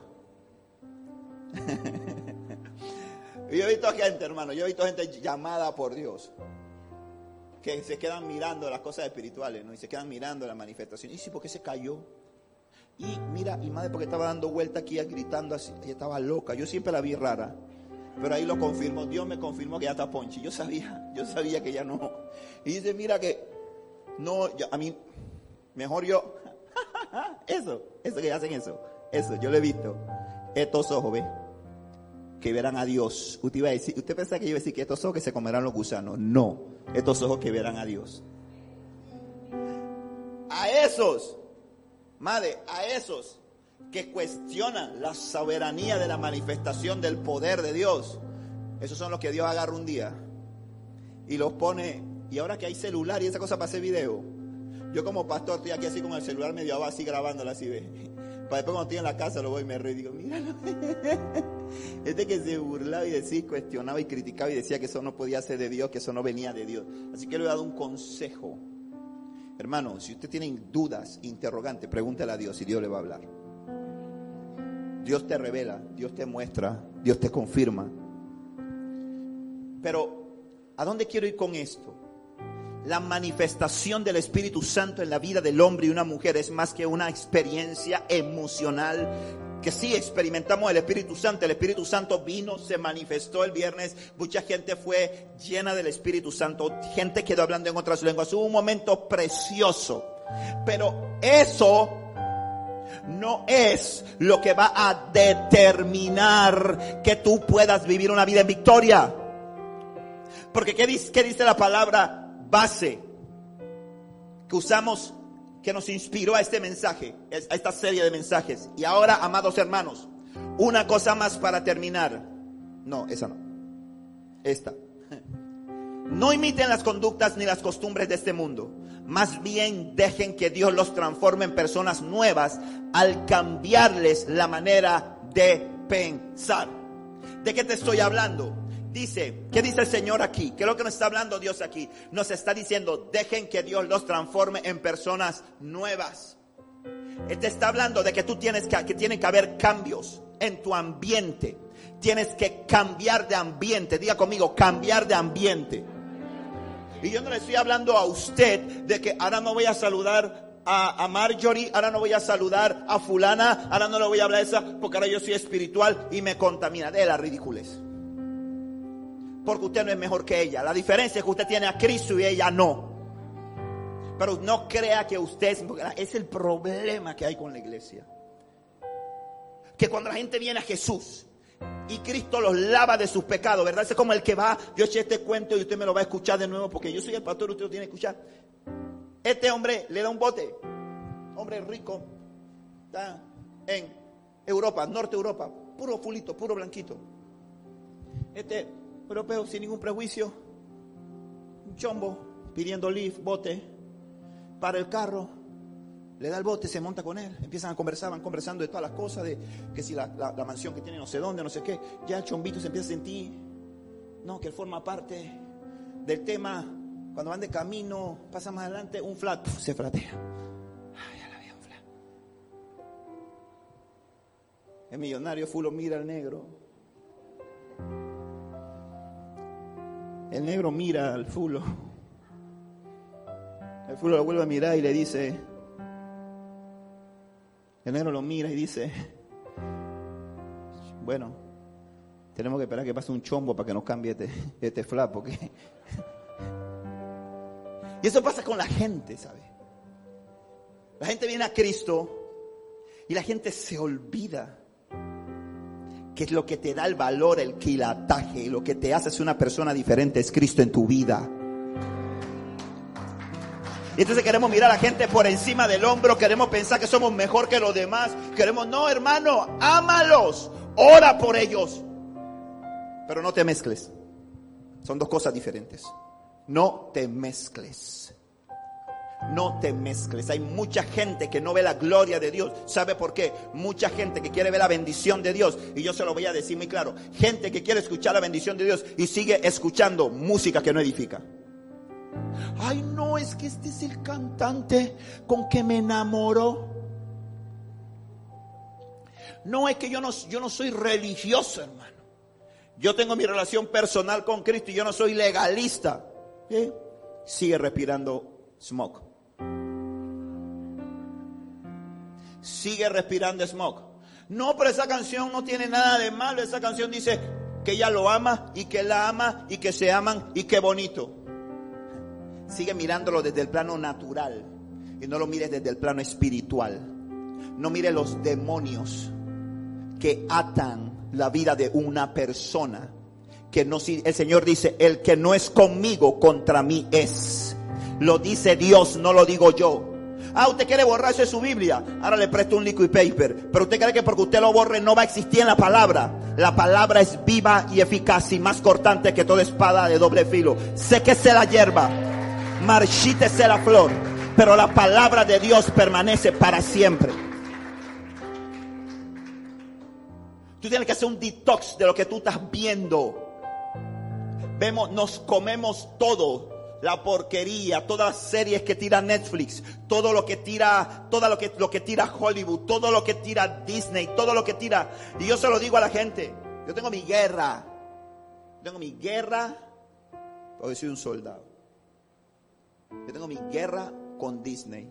Yo he visto gente, hermano, yo he visto gente llamada por Dios, que se quedan mirando las cosas espirituales, ¿no? Y se quedan mirando la manifestación. Y sí, ¿por qué se cayó? Y mira, y madre, porque estaba dando vuelta aquí, gritando así, ella estaba loca. Yo siempre la vi rara. Pero ahí lo confirmó, Dios me confirmó que ya está ponchi. Yo sabía, yo sabía que ya no. Y dice, mira que, no, yo, a mí, mejor yo, eso, eso que hacen eso, eso, yo lo he visto. Estos ojos, ¿ves? Que verán a Dios. Usted iba a decir, usted pensaba que yo iba a decir que estos ojos que se comerán los gusanos. No, estos ojos que verán a Dios. A esos, madre, a esos que cuestionan la soberanía de la manifestación del poder de Dios, esos son los que Dios agarra un día y los pone. Y ahora que hay celular y esa cosa para hacer video, yo como pastor estoy aquí así con el celular medio abajo, así grabándola, así ve. Para después cuando estoy en la casa lo voy y me río y digo, míralo. Este que se burlaba y decía, cuestionaba y criticaba y decía que eso no podía ser de Dios, que eso no venía de Dios. Así que le he dado un consejo. Hermano, si usted tiene dudas, interrogantes, pregúntale a Dios y Dios le va a hablar. Dios te revela, Dios te muestra, Dios te confirma. Pero, ¿a dónde quiero ir con esto? La manifestación del Espíritu Santo en la vida del hombre y una mujer es más que una experiencia emocional. Que sí experimentamos el Espíritu Santo. El Espíritu Santo vino, se manifestó el viernes. Mucha gente fue llena del Espíritu Santo. Gente quedó hablando en otras lenguas. Hubo un momento precioso. Pero eso no es lo que va a determinar que tú puedas vivir una vida en victoria. Porque ¿qué dice, qué dice la palabra base que usamos, que nos inspiró a este mensaje, a esta serie de mensajes? Y ahora, amados hermanos, una cosa más para terminar. No, esa no. Esta. No imiten las conductas ni las costumbres de este mundo. Más bien dejen que Dios los transforme en personas nuevas al cambiarles la manera de pensar. ¿De qué te estoy hablando? Dice, ¿qué dice el Señor aquí? ¿Qué es lo que nos está hablando Dios aquí? Nos está diciendo, dejen que Dios los transforme en personas nuevas. Él te está hablando de que tú tienes que, que tienen que haber cambios en tu ambiente. Tienes que cambiar de ambiente. Diga conmigo, cambiar de ambiente. Y yo no le estoy hablando a usted de que ahora no voy a saludar a, a Marjorie, ahora no voy a saludar a fulana, ahora no le voy a hablar a esa, porque ahora yo soy espiritual y me contamina. De la ridiculez. Porque usted no es mejor que ella. La diferencia es que usted tiene a Cristo y ella no. Pero no crea que usted es, es el problema que hay con la iglesia. Que cuando la gente viene a Jesús y Cristo los lava de sus pecados, ¿verdad? Es como el que va, yo eché este cuento y usted me lo va a escuchar de nuevo porque yo soy el pastor y usted lo tiene que escuchar. Este hombre le da un bote. Hombre rico. Está en Europa, Norte Europa. Puro fulito, puro blanquito. Este europeo sin ningún prejuicio, un chombo pidiendo lift, bote, para el carro, le da el bote, se monta con él, empiezan a conversar, van conversando de todas las cosas, de que si la, la, la mansión que tiene no sé dónde, no sé qué, ya el chombito se empieza a sentir, no, que él forma parte del tema. Cuando van de camino, pasa más adelante, un flat, puf, se flatea. Ay, ya la veo, un flat. El millonario fulo mira al negro. El negro mira al fulo. El fulo lo vuelve a mirar y le dice, el negro lo mira y dice, bueno, tenemos que esperar que pase un chombo para que nos cambie este, este flap, porque... Y eso pasa con la gente, ¿sabe? La gente viene a Cristo y la gente se olvida que es lo que te da el valor, el quilataje, lo que te hace ser una persona diferente es Cristo en tu vida. Y entonces queremos mirar a la gente por encima del hombro, queremos pensar que somos mejor que los demás, queremos, no hermano, ámalos, ora por ellos, pero no te mezcles, son dos cosas diferentes, no te mezcles. No te mezcles. Hay mucha gente que no ve la gloria de Dios. ¿Sabe por qué? Mucha gente que quiere ver la bendición de Dios. Y yo se lo voy a decir muy claro. Gente que quiere escuchar la bendición de Dios y sigue escuchando música que no edifica. Ay, no, es que este es el cantante con que me enamoró. No, es que yo no, yo no soy religioso, hermano. Yo tengo mi relación personal con Cristo y yo no soy legalista. ¿Sí? Sigue respirando smoke. Sigue respirando smoke. No, pero esa canción no tiene nada de malo. Esa canción dice que ella lo ama y que la ama y que se aman y qué bonito. Sigue mirándolo desde el plano natural y no lo mires desde el plano espiritual. No mires los demonios que atan la vida de una persona. Que no, el Señor dice, el que no es conmigo, contra mí es. Lo dice Dios, no lo digo yo. Ah, usted quiere borrar eso de su Biblia. Ahora le presto un liquid paper. Pero usted cree que porque usted lo borre no va a existir en la palabra. la palabra es viva y eficaz y más cortante que toda espada de doble filo. Séquese la hierba, marchítese la flor, pero la palabra de Dios permanece para siempre. Tú tienes que hacer un detox de lo que tú estás viendo. Vemos, nos comemos todo. La porquería, todas las series que tira Netflix, todo lo que tira, todo lo que, lo que tira Hollywood, todo lo que tira Disney, todo lo que tira. Y yo se lo digo a la gente, yo tengo mi guerra, yo tengo mi guerra, porque soy un soldado. Yo tengo mi guerra con Disney.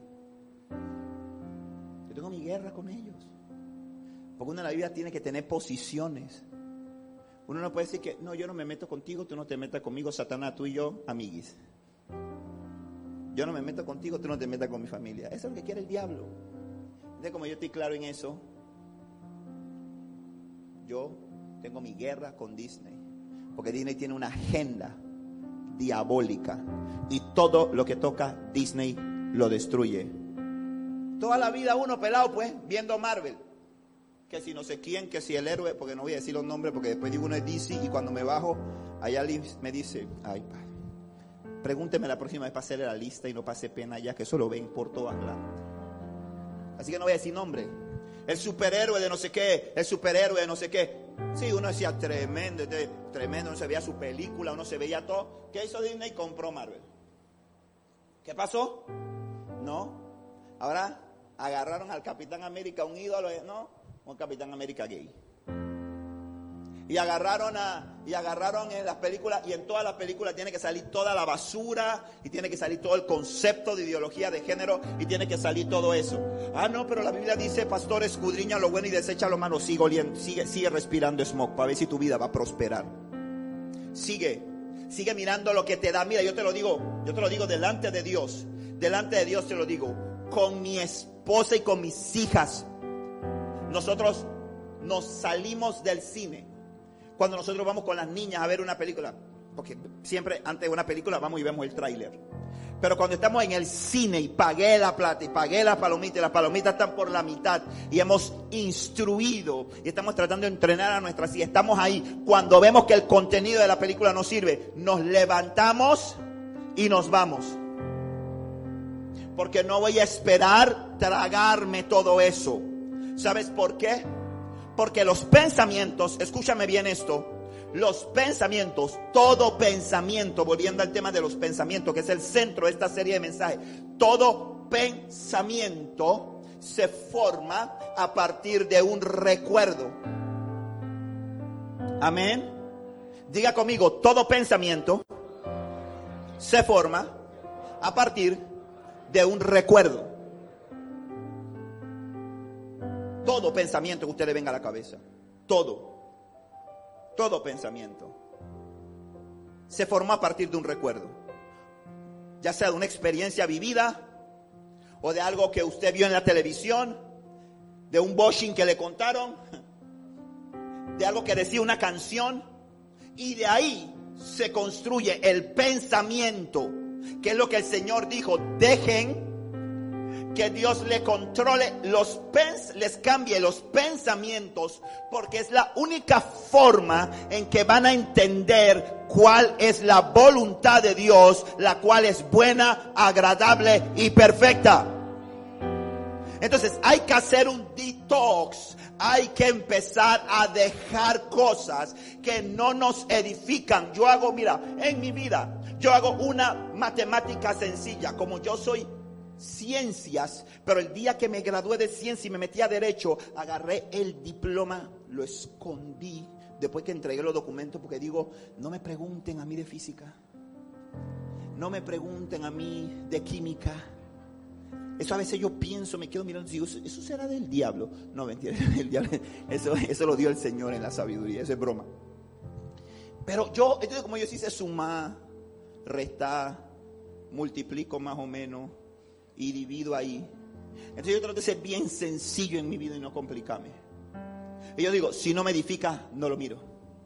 Yo tengo mi guerra con ellos. Porque uno en la vida tiene que tener posiciones. Uno no puede decir que, no, yo no me meto contigo, tú no te metas conmigo, Satanás, tú y yo, amiguis. Yo no me meto contigo, tú no te metas con mi familia. Eso es lo que quiere el diablo. Entonces, como yo estoy claro en eso, yo tengo mi guerra con Disney. Porque Disney tiene una agenda diabólica. Y todo lo que toca Disney lo destruye. Toda la vida uno pelado, pues, viendo Marvel. Que si no sé quién, que si el héroe, porque no voy a decir los nombres, porque después digo uno es D C y cuando me bajo, allá me dice, ay, padre, pregúnteme la próxima vez para hacerle la lista y no pase pena ya, que eso lo ven por todas lados. Así que no voy a decir nombre. El superhéroe de no sé qué, el superhéroe de no sé qué. Sí, uno decía tremendo, tremendo, uno se veía su película, uno se veía todo. ¿Qué hizo Disney? Compró Marvel. ¿Qué pasó? No. Ahora agarraron al Capitán América, un ídolo, ¿no? Un Capitán América gay. Y agarraron a, y agarraron en las películas, y en todas las películas tiene que salir toda la basura, y tiene que salir todo el concepto de ideología de género, y tiene que salir todo eso. Ah, no, pero la Biblia dice, pastor, escudriña lo bueno y desecha lo malo. Sigue oliendo, sigue, sigue respirando smoke para ver si tu vida va a prosperar. Sigue, sigue mirando lo que te da. Mira, yo te lo digo, yo te lo digo delante de Dios, delante de Dios te lo digo, con mi esposa y con mis hijas. Nosotros nos salimos del cine cuando nosotros vamos con las niñas a ver una película, porque siempre antes de una película vamos y vemos el tráiler. Pero cuando estamos en el cine y pagué la plata y pagué las palomitas y las palomitas están por la mitad y hemos instruido y estamos tratando de entrenar a nuestras hijas, estamos ahí, cuando vemos que el contenido de la película no sirve, nos levantamos y nos vamos. Porque no voy a esperar tragarme todo eso. ¿Sabes por qué? Porque los pensamientos, escúchame bien esto, los pensamientos, todo pensamiento, volviendo al tema de los pensamientos, que es el centro de esta serie de mensajes, todo pensamiento se forma a partir de un recuerdo. Amén. Diga conmigo, todo pensamiento se forma a partir de un recuerdo. Todo pensamiento que a usted le venga a la cabeza, todo, todo pensamiento se formó a partir de un recuerdo, ya sea de una experiencia vivida o de algo que usted vio en la televisión, de un washing que le contaron, de algo que decía una canción, y de ahí se construye el pensamiento, que es lo que el Señor dijo, dejen que Dios le controle los pens, les cambie los pensamientos, porque es la única forma en que van a entender cuál es la voluntad de Dios, la cual es buena, agradable y perfecta. Entonces hay que hacer un detox, hay que empezar a dejar cosas que no nos edifican. Yo hago, mira, en mi vida, yo hago una matemática sencilla, como yo soy ciencias, pero el día que me gradué de ciencia y me metí a derecho, agarré el diploma, lo escondí después que entregué los documentos, porque digo, no me pregunten a mí de física, no me pregunten a mí de química. Eso a veces yo pienso, me quedo mirando y digo, ¿eso, eso será del diablo? No, mentira, el diablo, eso, eso lo dio el Señor en la sabiduría, eso es broma. Pero yo, entonces como yo sí sé sumar, restar, multiplico más o menos y divido ahí. Entonces yo trato de ser bien sencillo en mi vida y no complicarme. Y yo digo, si no me edifica, no lo miro.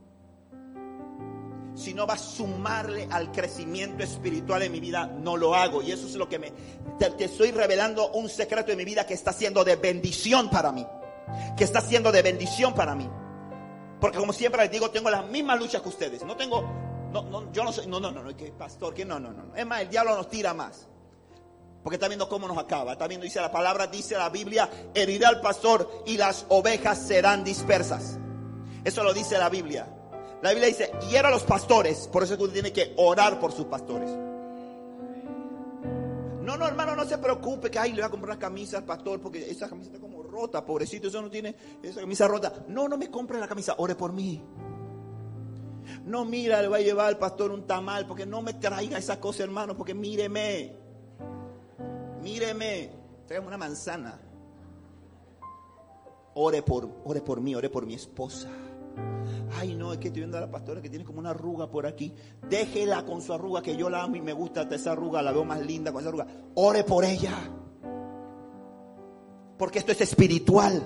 Si no va a sumarle al crecimiento espiritual en mi vida, no lo hago. Y eso es lo que me... Te, te estoy revelando un secreto de mi vida que está siendo de bendición para mí. Que está siendo de bendición para mí. Porque como siempre les digo, tengo las mismas luchas que ustedes. No tengo, no, no, yo no soy, no, no, no, no, que pastor, que no, no, no. Es más, el diablo nos tira más. Porque está viendo cómo nos acaba. Está viendo, dice la palabra, dice la Biblia, herirá al pastor y las ovejas serán dispersas. Eso lo dice la Biblia. La Biblia dice, hiera a los pastores. Por eso es que usted tiene que orar por sus pastores. No, no, hermano, no se preocupe que ay, le voy a comprar una camisa al pastor porque esa camisa está como rota, pobrecito, eso no tiene, esa camisa rota. No, no me compre la camisa, ore por mí. No, mira, le voy a llevar al pastor un tamal porque no me traiga esa cosa, hermano, porque míreme. Míreme, tráigame una manzana. Ore por, ore por mí, ore por mi esposa. Ay, no, es que estoy viendo a la pastora que tiene como una arruga por aquí. Déjela con su arruga, que yo la amo y me gusta esa arruga, la veo más linda con esa arruga. Ore por ella. Porque esto es espiritual.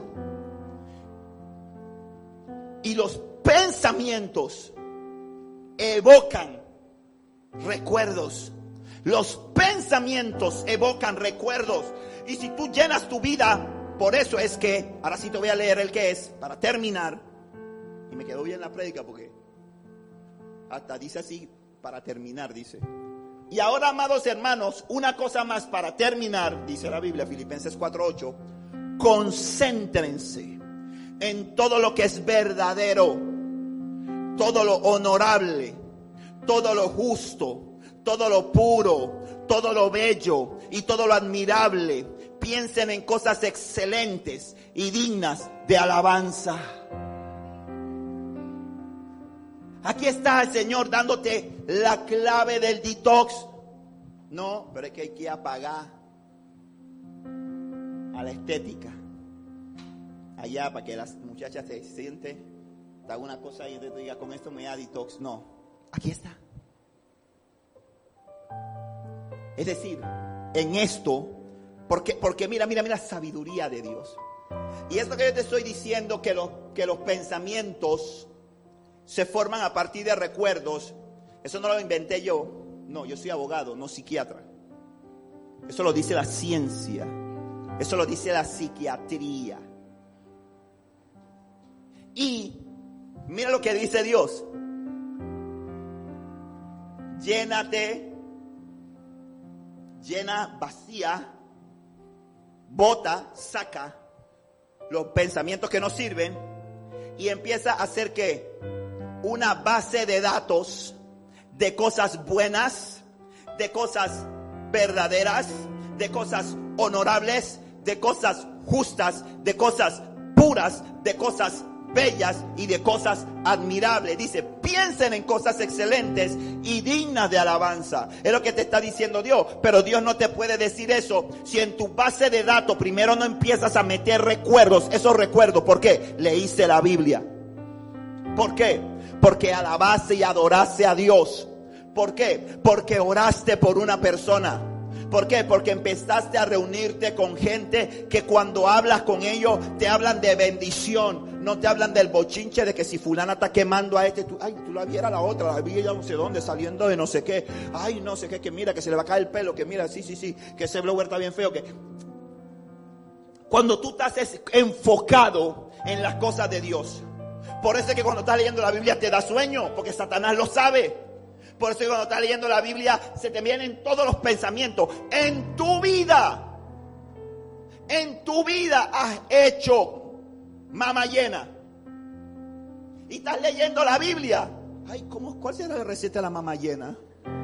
Y los pensamientos evocan recuerdos. Los pensamientos evocan recuerdos. Y si tú llenas tu vida, por eso es que, ahora sí te voy a leer el que es, para terminar. Y me quedó bien la prédica porque hasta dice así, para terminar, dice. Y ahora, amados hermanos, una cosa más para terminar, dice la Biblia, Filipenses cuatro ocho. Concéntrense en todo lo que es verdadero, todo lo honorable, todo lo justo, todo lo puro, todo lo bello y todo lo admirable. Piensen en cosas excelentes y dignas de alabanza. Aquí está el Señor dándote la clave del detox. No, pero es que hay que apagar a la estética. Allá para que las muchachas se sienten, te haga una cosa y te diga, con esto me da detox. No, aquí está. Es decir, en esto, porque, porque mira, mira, mira, sabiduría de Dios. Y esto que yo te estoy diciendo, que los, que los pensamientos se forman a partir de recuerdos, eso no lo inventé yo. No, yo soy abogado, no psiquiatra. Eso lo dice la ciencia. Eso lo dice la psiquiatría. Y mira lo que dice Dios. Llénate, llena, vacía, bota, saca los pensamientos que no sirven y empieza a hacer ¿qué? Una base de datos de cosas buenas, de cosas verdaderas, de cosas honorables, de cosas justas, de cosas puras, de cosas bellas y de cosas admirables. Dice, piensen en cosas excelentes y dignas de alabanza. Es lo que te está diciendo Dios. Pero Dios no te puede decir eso si en tu base de datos primero no empiezas a meter recuerdos. Esos recuerdos, ¿por qué? Leíste la Biblia. ¿Por qué? Porque alabaste y adoraste a Dios. ¿Por qué? Porque oraste por una persona. ¿Por qué? Porque empezaste a reunirte con gente que cuando hablas con ellos te hablan de bendición. No te hablan del bochinche de que si fulana está quemando a este, tú, ay, tú la vieras la otra, la vi ya no sé dónde, saliendo de no sé qué. Ay, no sé qué, que mira, que se le va a caer el pelo, que mira, sí, sí, sí, que ese blower está bien feo. Que cuando tú estás enfocado en las cosas de Dios. Por eso es que cuando estás leyendo la Biblia te da sueño, porque Satanás lo sabe. Por eso es que cuando estás leyendo la Biblia se te vienen todos los pensamientos. En tu vida, en tu vida has hecho mama llena. Y estás leyendo la Biblia. Ay, ¿cómo, ¿cuál será la receta de la mama llena?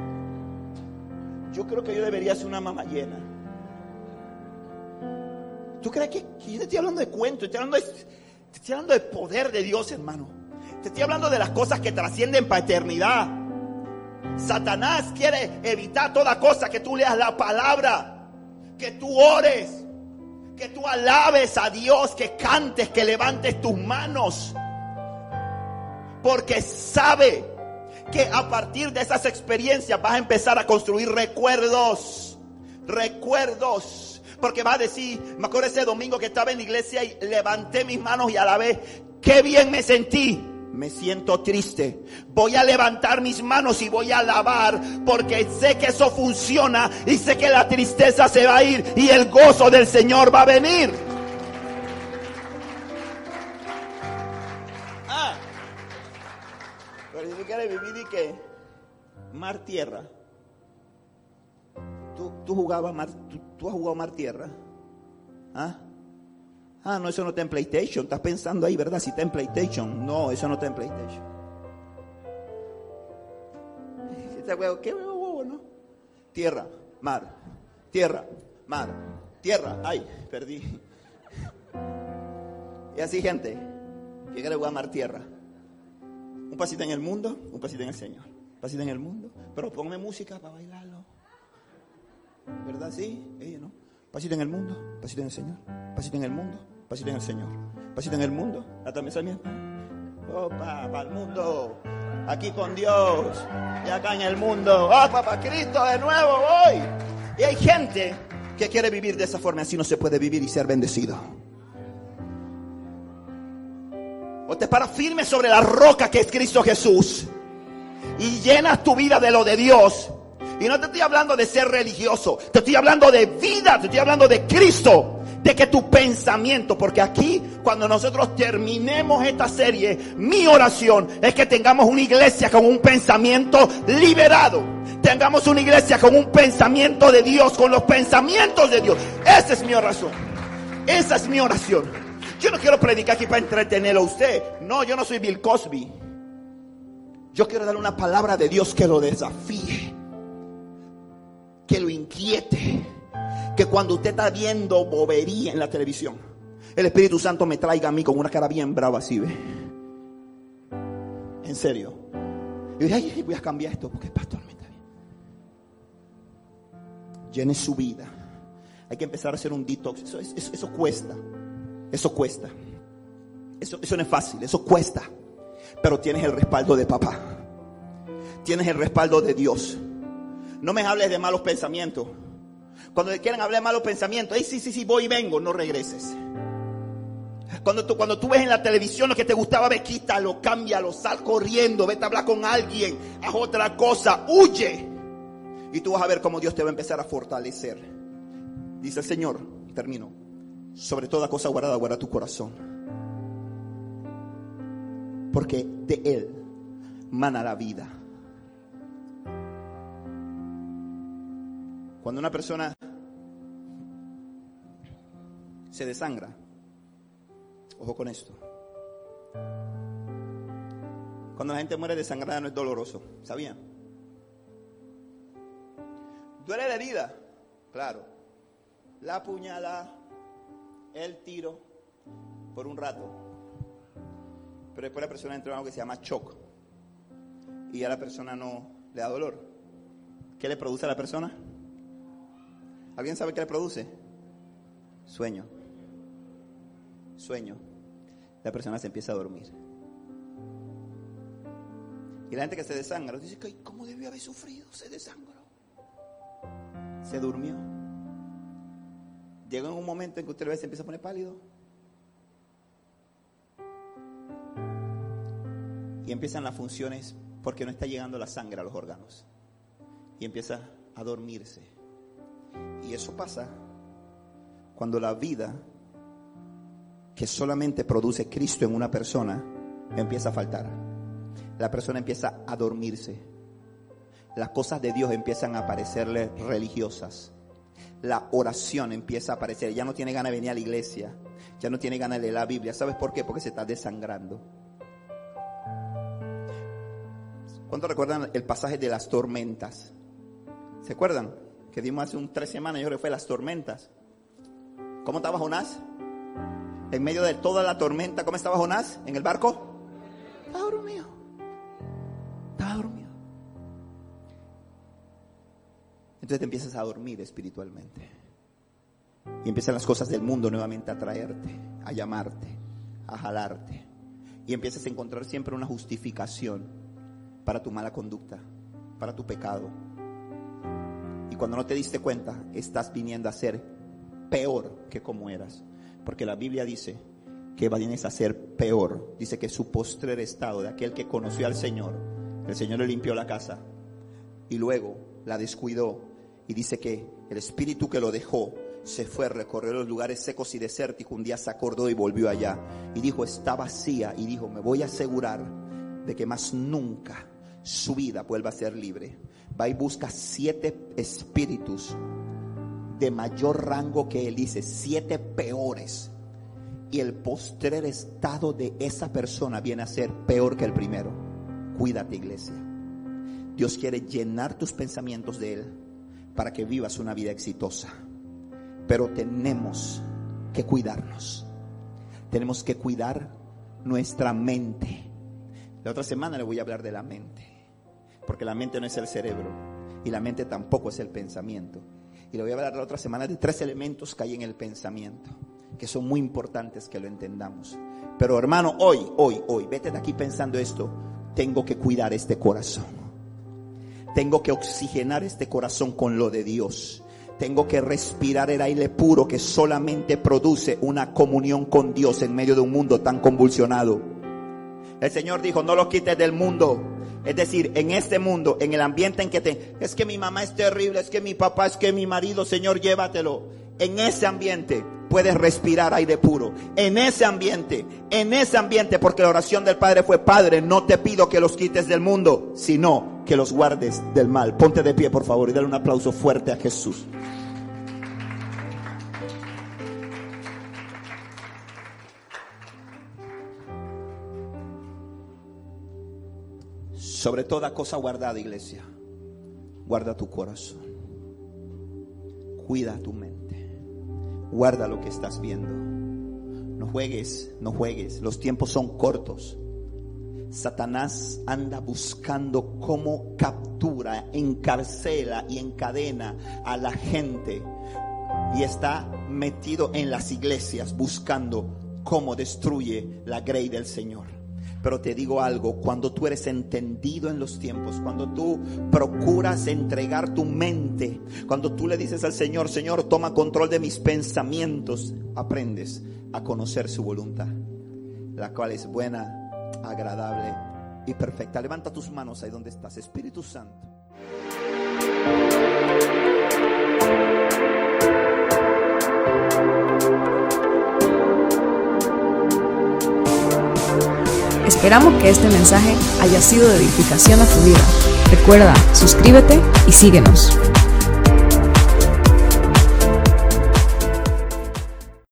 Yo creo que yo debería hacer una mama llena. ¿Tú crees que, que yo te estoy hablando de cuentos? Estoy hablando de... Te estoy hablando del poder de Dios, hermano. Te estoy hablando de las cosas que trascienden para eternidad. Satanás quiere evitar toda cosa que tú leas la palabra, que tú ores, que tú alabes a Dios, que cantes, que levantes tus manos. Porque sabe que a partir de esas experiencias vas a empezar a construir recuerdos. Recuerdos. Porque va a decir, me acuerdo ese domingo que estaba en la iglesia y levanté mis manos y alabé. ¡Qué bien me sentí! Me siento triste. Voy a levantar mis manos y voy a alabar porque sé que eso funciona y sé que la tristeza se va a ir y el gozo del Señor va a venir. Ah, mar tierra. ¿Tú, tú jugabas mar, tú, tú has jugado mar tierra? ¿Ah? Ah, no, eso no está en PlayStation. Estás pensando ahí, ¿verdad? Si está en PlayStation. No, eso no está en PlayStation. ¿Qué huevo, no? Tierra, mar, tierra, mar, tierra. Ay, perdí. Y así, gente, que quiere jugar mar tierra. Un pasito en el mundo, un pasito en el Señor. Un pasito en el mundo. Pero ponme música para bailarlo. ¿Verdad? Sí, ella no. Pasito en el mundo, pasito en el Señor. Pasito en el mundo, pasito en el Señor. Pasito en el mundo, la también mía. Opa, para el mundo. Aquí con Dios. Y acá en el mundo. Opa, para Cristo de nuevo voy. Y hay gente que quiere vivir de esa forma. Así no se puede vivir y ser bendecido. O te paras firme sobre la roca que es Cristo Jesús y llenas tu vida de lo de Dios. Y no te estoy hablando de ser religioso, te estoy hablando de vida, te estoy hablando de Cristo. De que tu pensamiento, porque aquí cuando nosotros terminemos esta serie, mi oración es que tengamos una iglesia con un pensamiento liberado. Tengamos una iglesia con un pensamiento de Dios, con los pensamientos de Dios. Esa es mi oración. Esa es mi oración. Yo no quiero predicar aquí para entretenerlo a usted. No, yo no soy Bill Cosby. Yo quiero darle una palabra de Dios que lo desafíe, que lo inquiete, que cuando usted está viendo bobería en la televisión, el Espíritu Santo me traiga a mí con una cara bien brava así, ¿ve? En serio. Y yo, ay, voy a cambiar esto porque el pastor me está bien. Llene su vida. Hay que empezar a hacer un detox. Eso, eso, eso cuesta. Eso cuesta. Eso, eso no es fácil. Eso cuesta. Pero tienes el respaldo de papá. Tienes el respaldo de Dios. No me hables de malos pensamientos. Cuando quieran hablar de malos pensamientos, ay, sí, sí, sí, voy y vengo, no regreses. Cuando tú, cuando tú ves en la televisión lo que te gustaba ver, quítalo, cámbialo, sal corriendo, vete a hablar con alguien, haz otra cosa, huye. Y tú vas a ver cómo Dios te va a empezar a fortalecer. Dice el Señor, termino, sobre toda cosa guardada, guarda tu corazón. Porque de Él mana la vida. Cuando una persona se desangra, ojo con esto. Cuando la gente muere desangrada no es doloroso, ¿sabían? Duele la herida, claro. La puñalada, el tiro, por un rato. Pero después la persona entra en algo que se llama shock. Y ya la persona no le da dolor. ¿Qué le produce a la persona? ¿Alguien sabe qué le produce? Sueño. Sueño. La persona se empieza a dormir. Y la gente que se desangra dice, ¿cómo debió haber sufrido? Se desangró. Se durmió. Llega en un momento en que usted se empieza a poner pálido. Y empiezan las funciones porque no está llegando la sangre a los órganos. Y empieza a dormirse. Y eso pasa cuando la vida que solamente produce Cristo en una persona empieza a faltar. La persona empieza a dormirse. Las cosas de Dios empiezan a aparecerle religiosas. La oración empieza a aparecer. Ya no tiene ganas de venir a la iglesia. Ya no tiene ganas de leer la Biblia. ¿Sabes por qué? Porque se está desangrando. ¿Cuántos recuerdan el pasaje de las tormentas? ¿Se acuerdan? Que dimos hace un tres semanas, yo creo que fue las tormentas. ¿Cómo estaba Jonás? En medio de toda la tormenta, ¿cómo estaba Jonás? ¿En el barco? Estaba dormido. Estaba dormido. Entonces te empiezas a dormir espiritualmente. Y empiezan las cosas del mundo nuevamente a traerte, a llamarte, a jalarte. Y empiezas a encontrar siempre una justificación para tu mala conducta, para tu pecado. Y cuando no te diste cuenta, estás viniendo a ser peor que como eras. Porque la Biblia dice que vienes a ser peor. Dice que su postrer estado de aquel que conoció al Señor, el Señor le limpió la casa y luego la descuidó. Y dice que el espíritu que lo dejó se fue a recorrer los lugares secos y desérticos. Un día se acordó y volvió allá. Y dijo, está vacía. Y dijo, me voy a asegurar de que más nunca su vida vuelva a ser libre. Va y busca siete espíritus de mayor rango que él, dice, siete peores. Y el postrer estado de esa persona viene a ser peor que el primero. Cuídate, iglesia. Dios quiere llenar tus pensamientos de él para que vivas una vida exitosa. Pero tenemos que cuidarnos. Tenemos que cuidar nuestra mente. La otra semana le voy a hablar de la mente, porque la mente no es el cerebro y la mente tampoco es el pensamiento. Y le voy a hablar la otra semana de tres elementos que hay en el pensamiento, que son muy importantes que lo entendamos. Pero hermano, hoy, hoy, hoy, vete de aquí pensando esto: tengo que cuidar este corazón. Tengo que oxigenar este corazón con lo de Dios. Tengo que respirar el aire puro que solamente produce una comunión con Dios en medio de un mundo tan convulsionado. El Señor dijo: no lo quites del mundo. Es decir, en este mundo, en el ambiente en que te... Es que mi mamá es terrible, es que mi papá, es que mi marido, Señor, llévatelo. En ese ambiente puedes respirar aire puro. En ese ambiente, en ese ambiente, porque la oración del Padre fue: Padre, no te pido que los quites del mundo, sino que los guardes del mal. Ponte de pie, por favor, y dale un aplauso fuerte a Jesús. Sobre toda cosa guardada, iglesia, guarda tu corazón. Cuida tu mente. Guarda lo que estás viendo. No juegues, no juegues. Los tiempos son cortos. Satanás anda buscando cómo captura, encarcela y encadena a la gente. Y está metido en las iglesias buscando cómo destruye la grey del Señor. Pero te digo algo: cuando tú eres entendido en los tiempos, cuando tú procuras entregar tu mente, cuando tú le dices al Señor: Señor, toma control de mis pensamientos, aprendes a conocer su voluntad, la cual es buena, agradable y perfecta. Levanta tus manos ahí donde estás. Espíritu Santo, esperamos que este mensaje haya sido de edificación a tu vida. Recuerda, suscríbete y síguenos.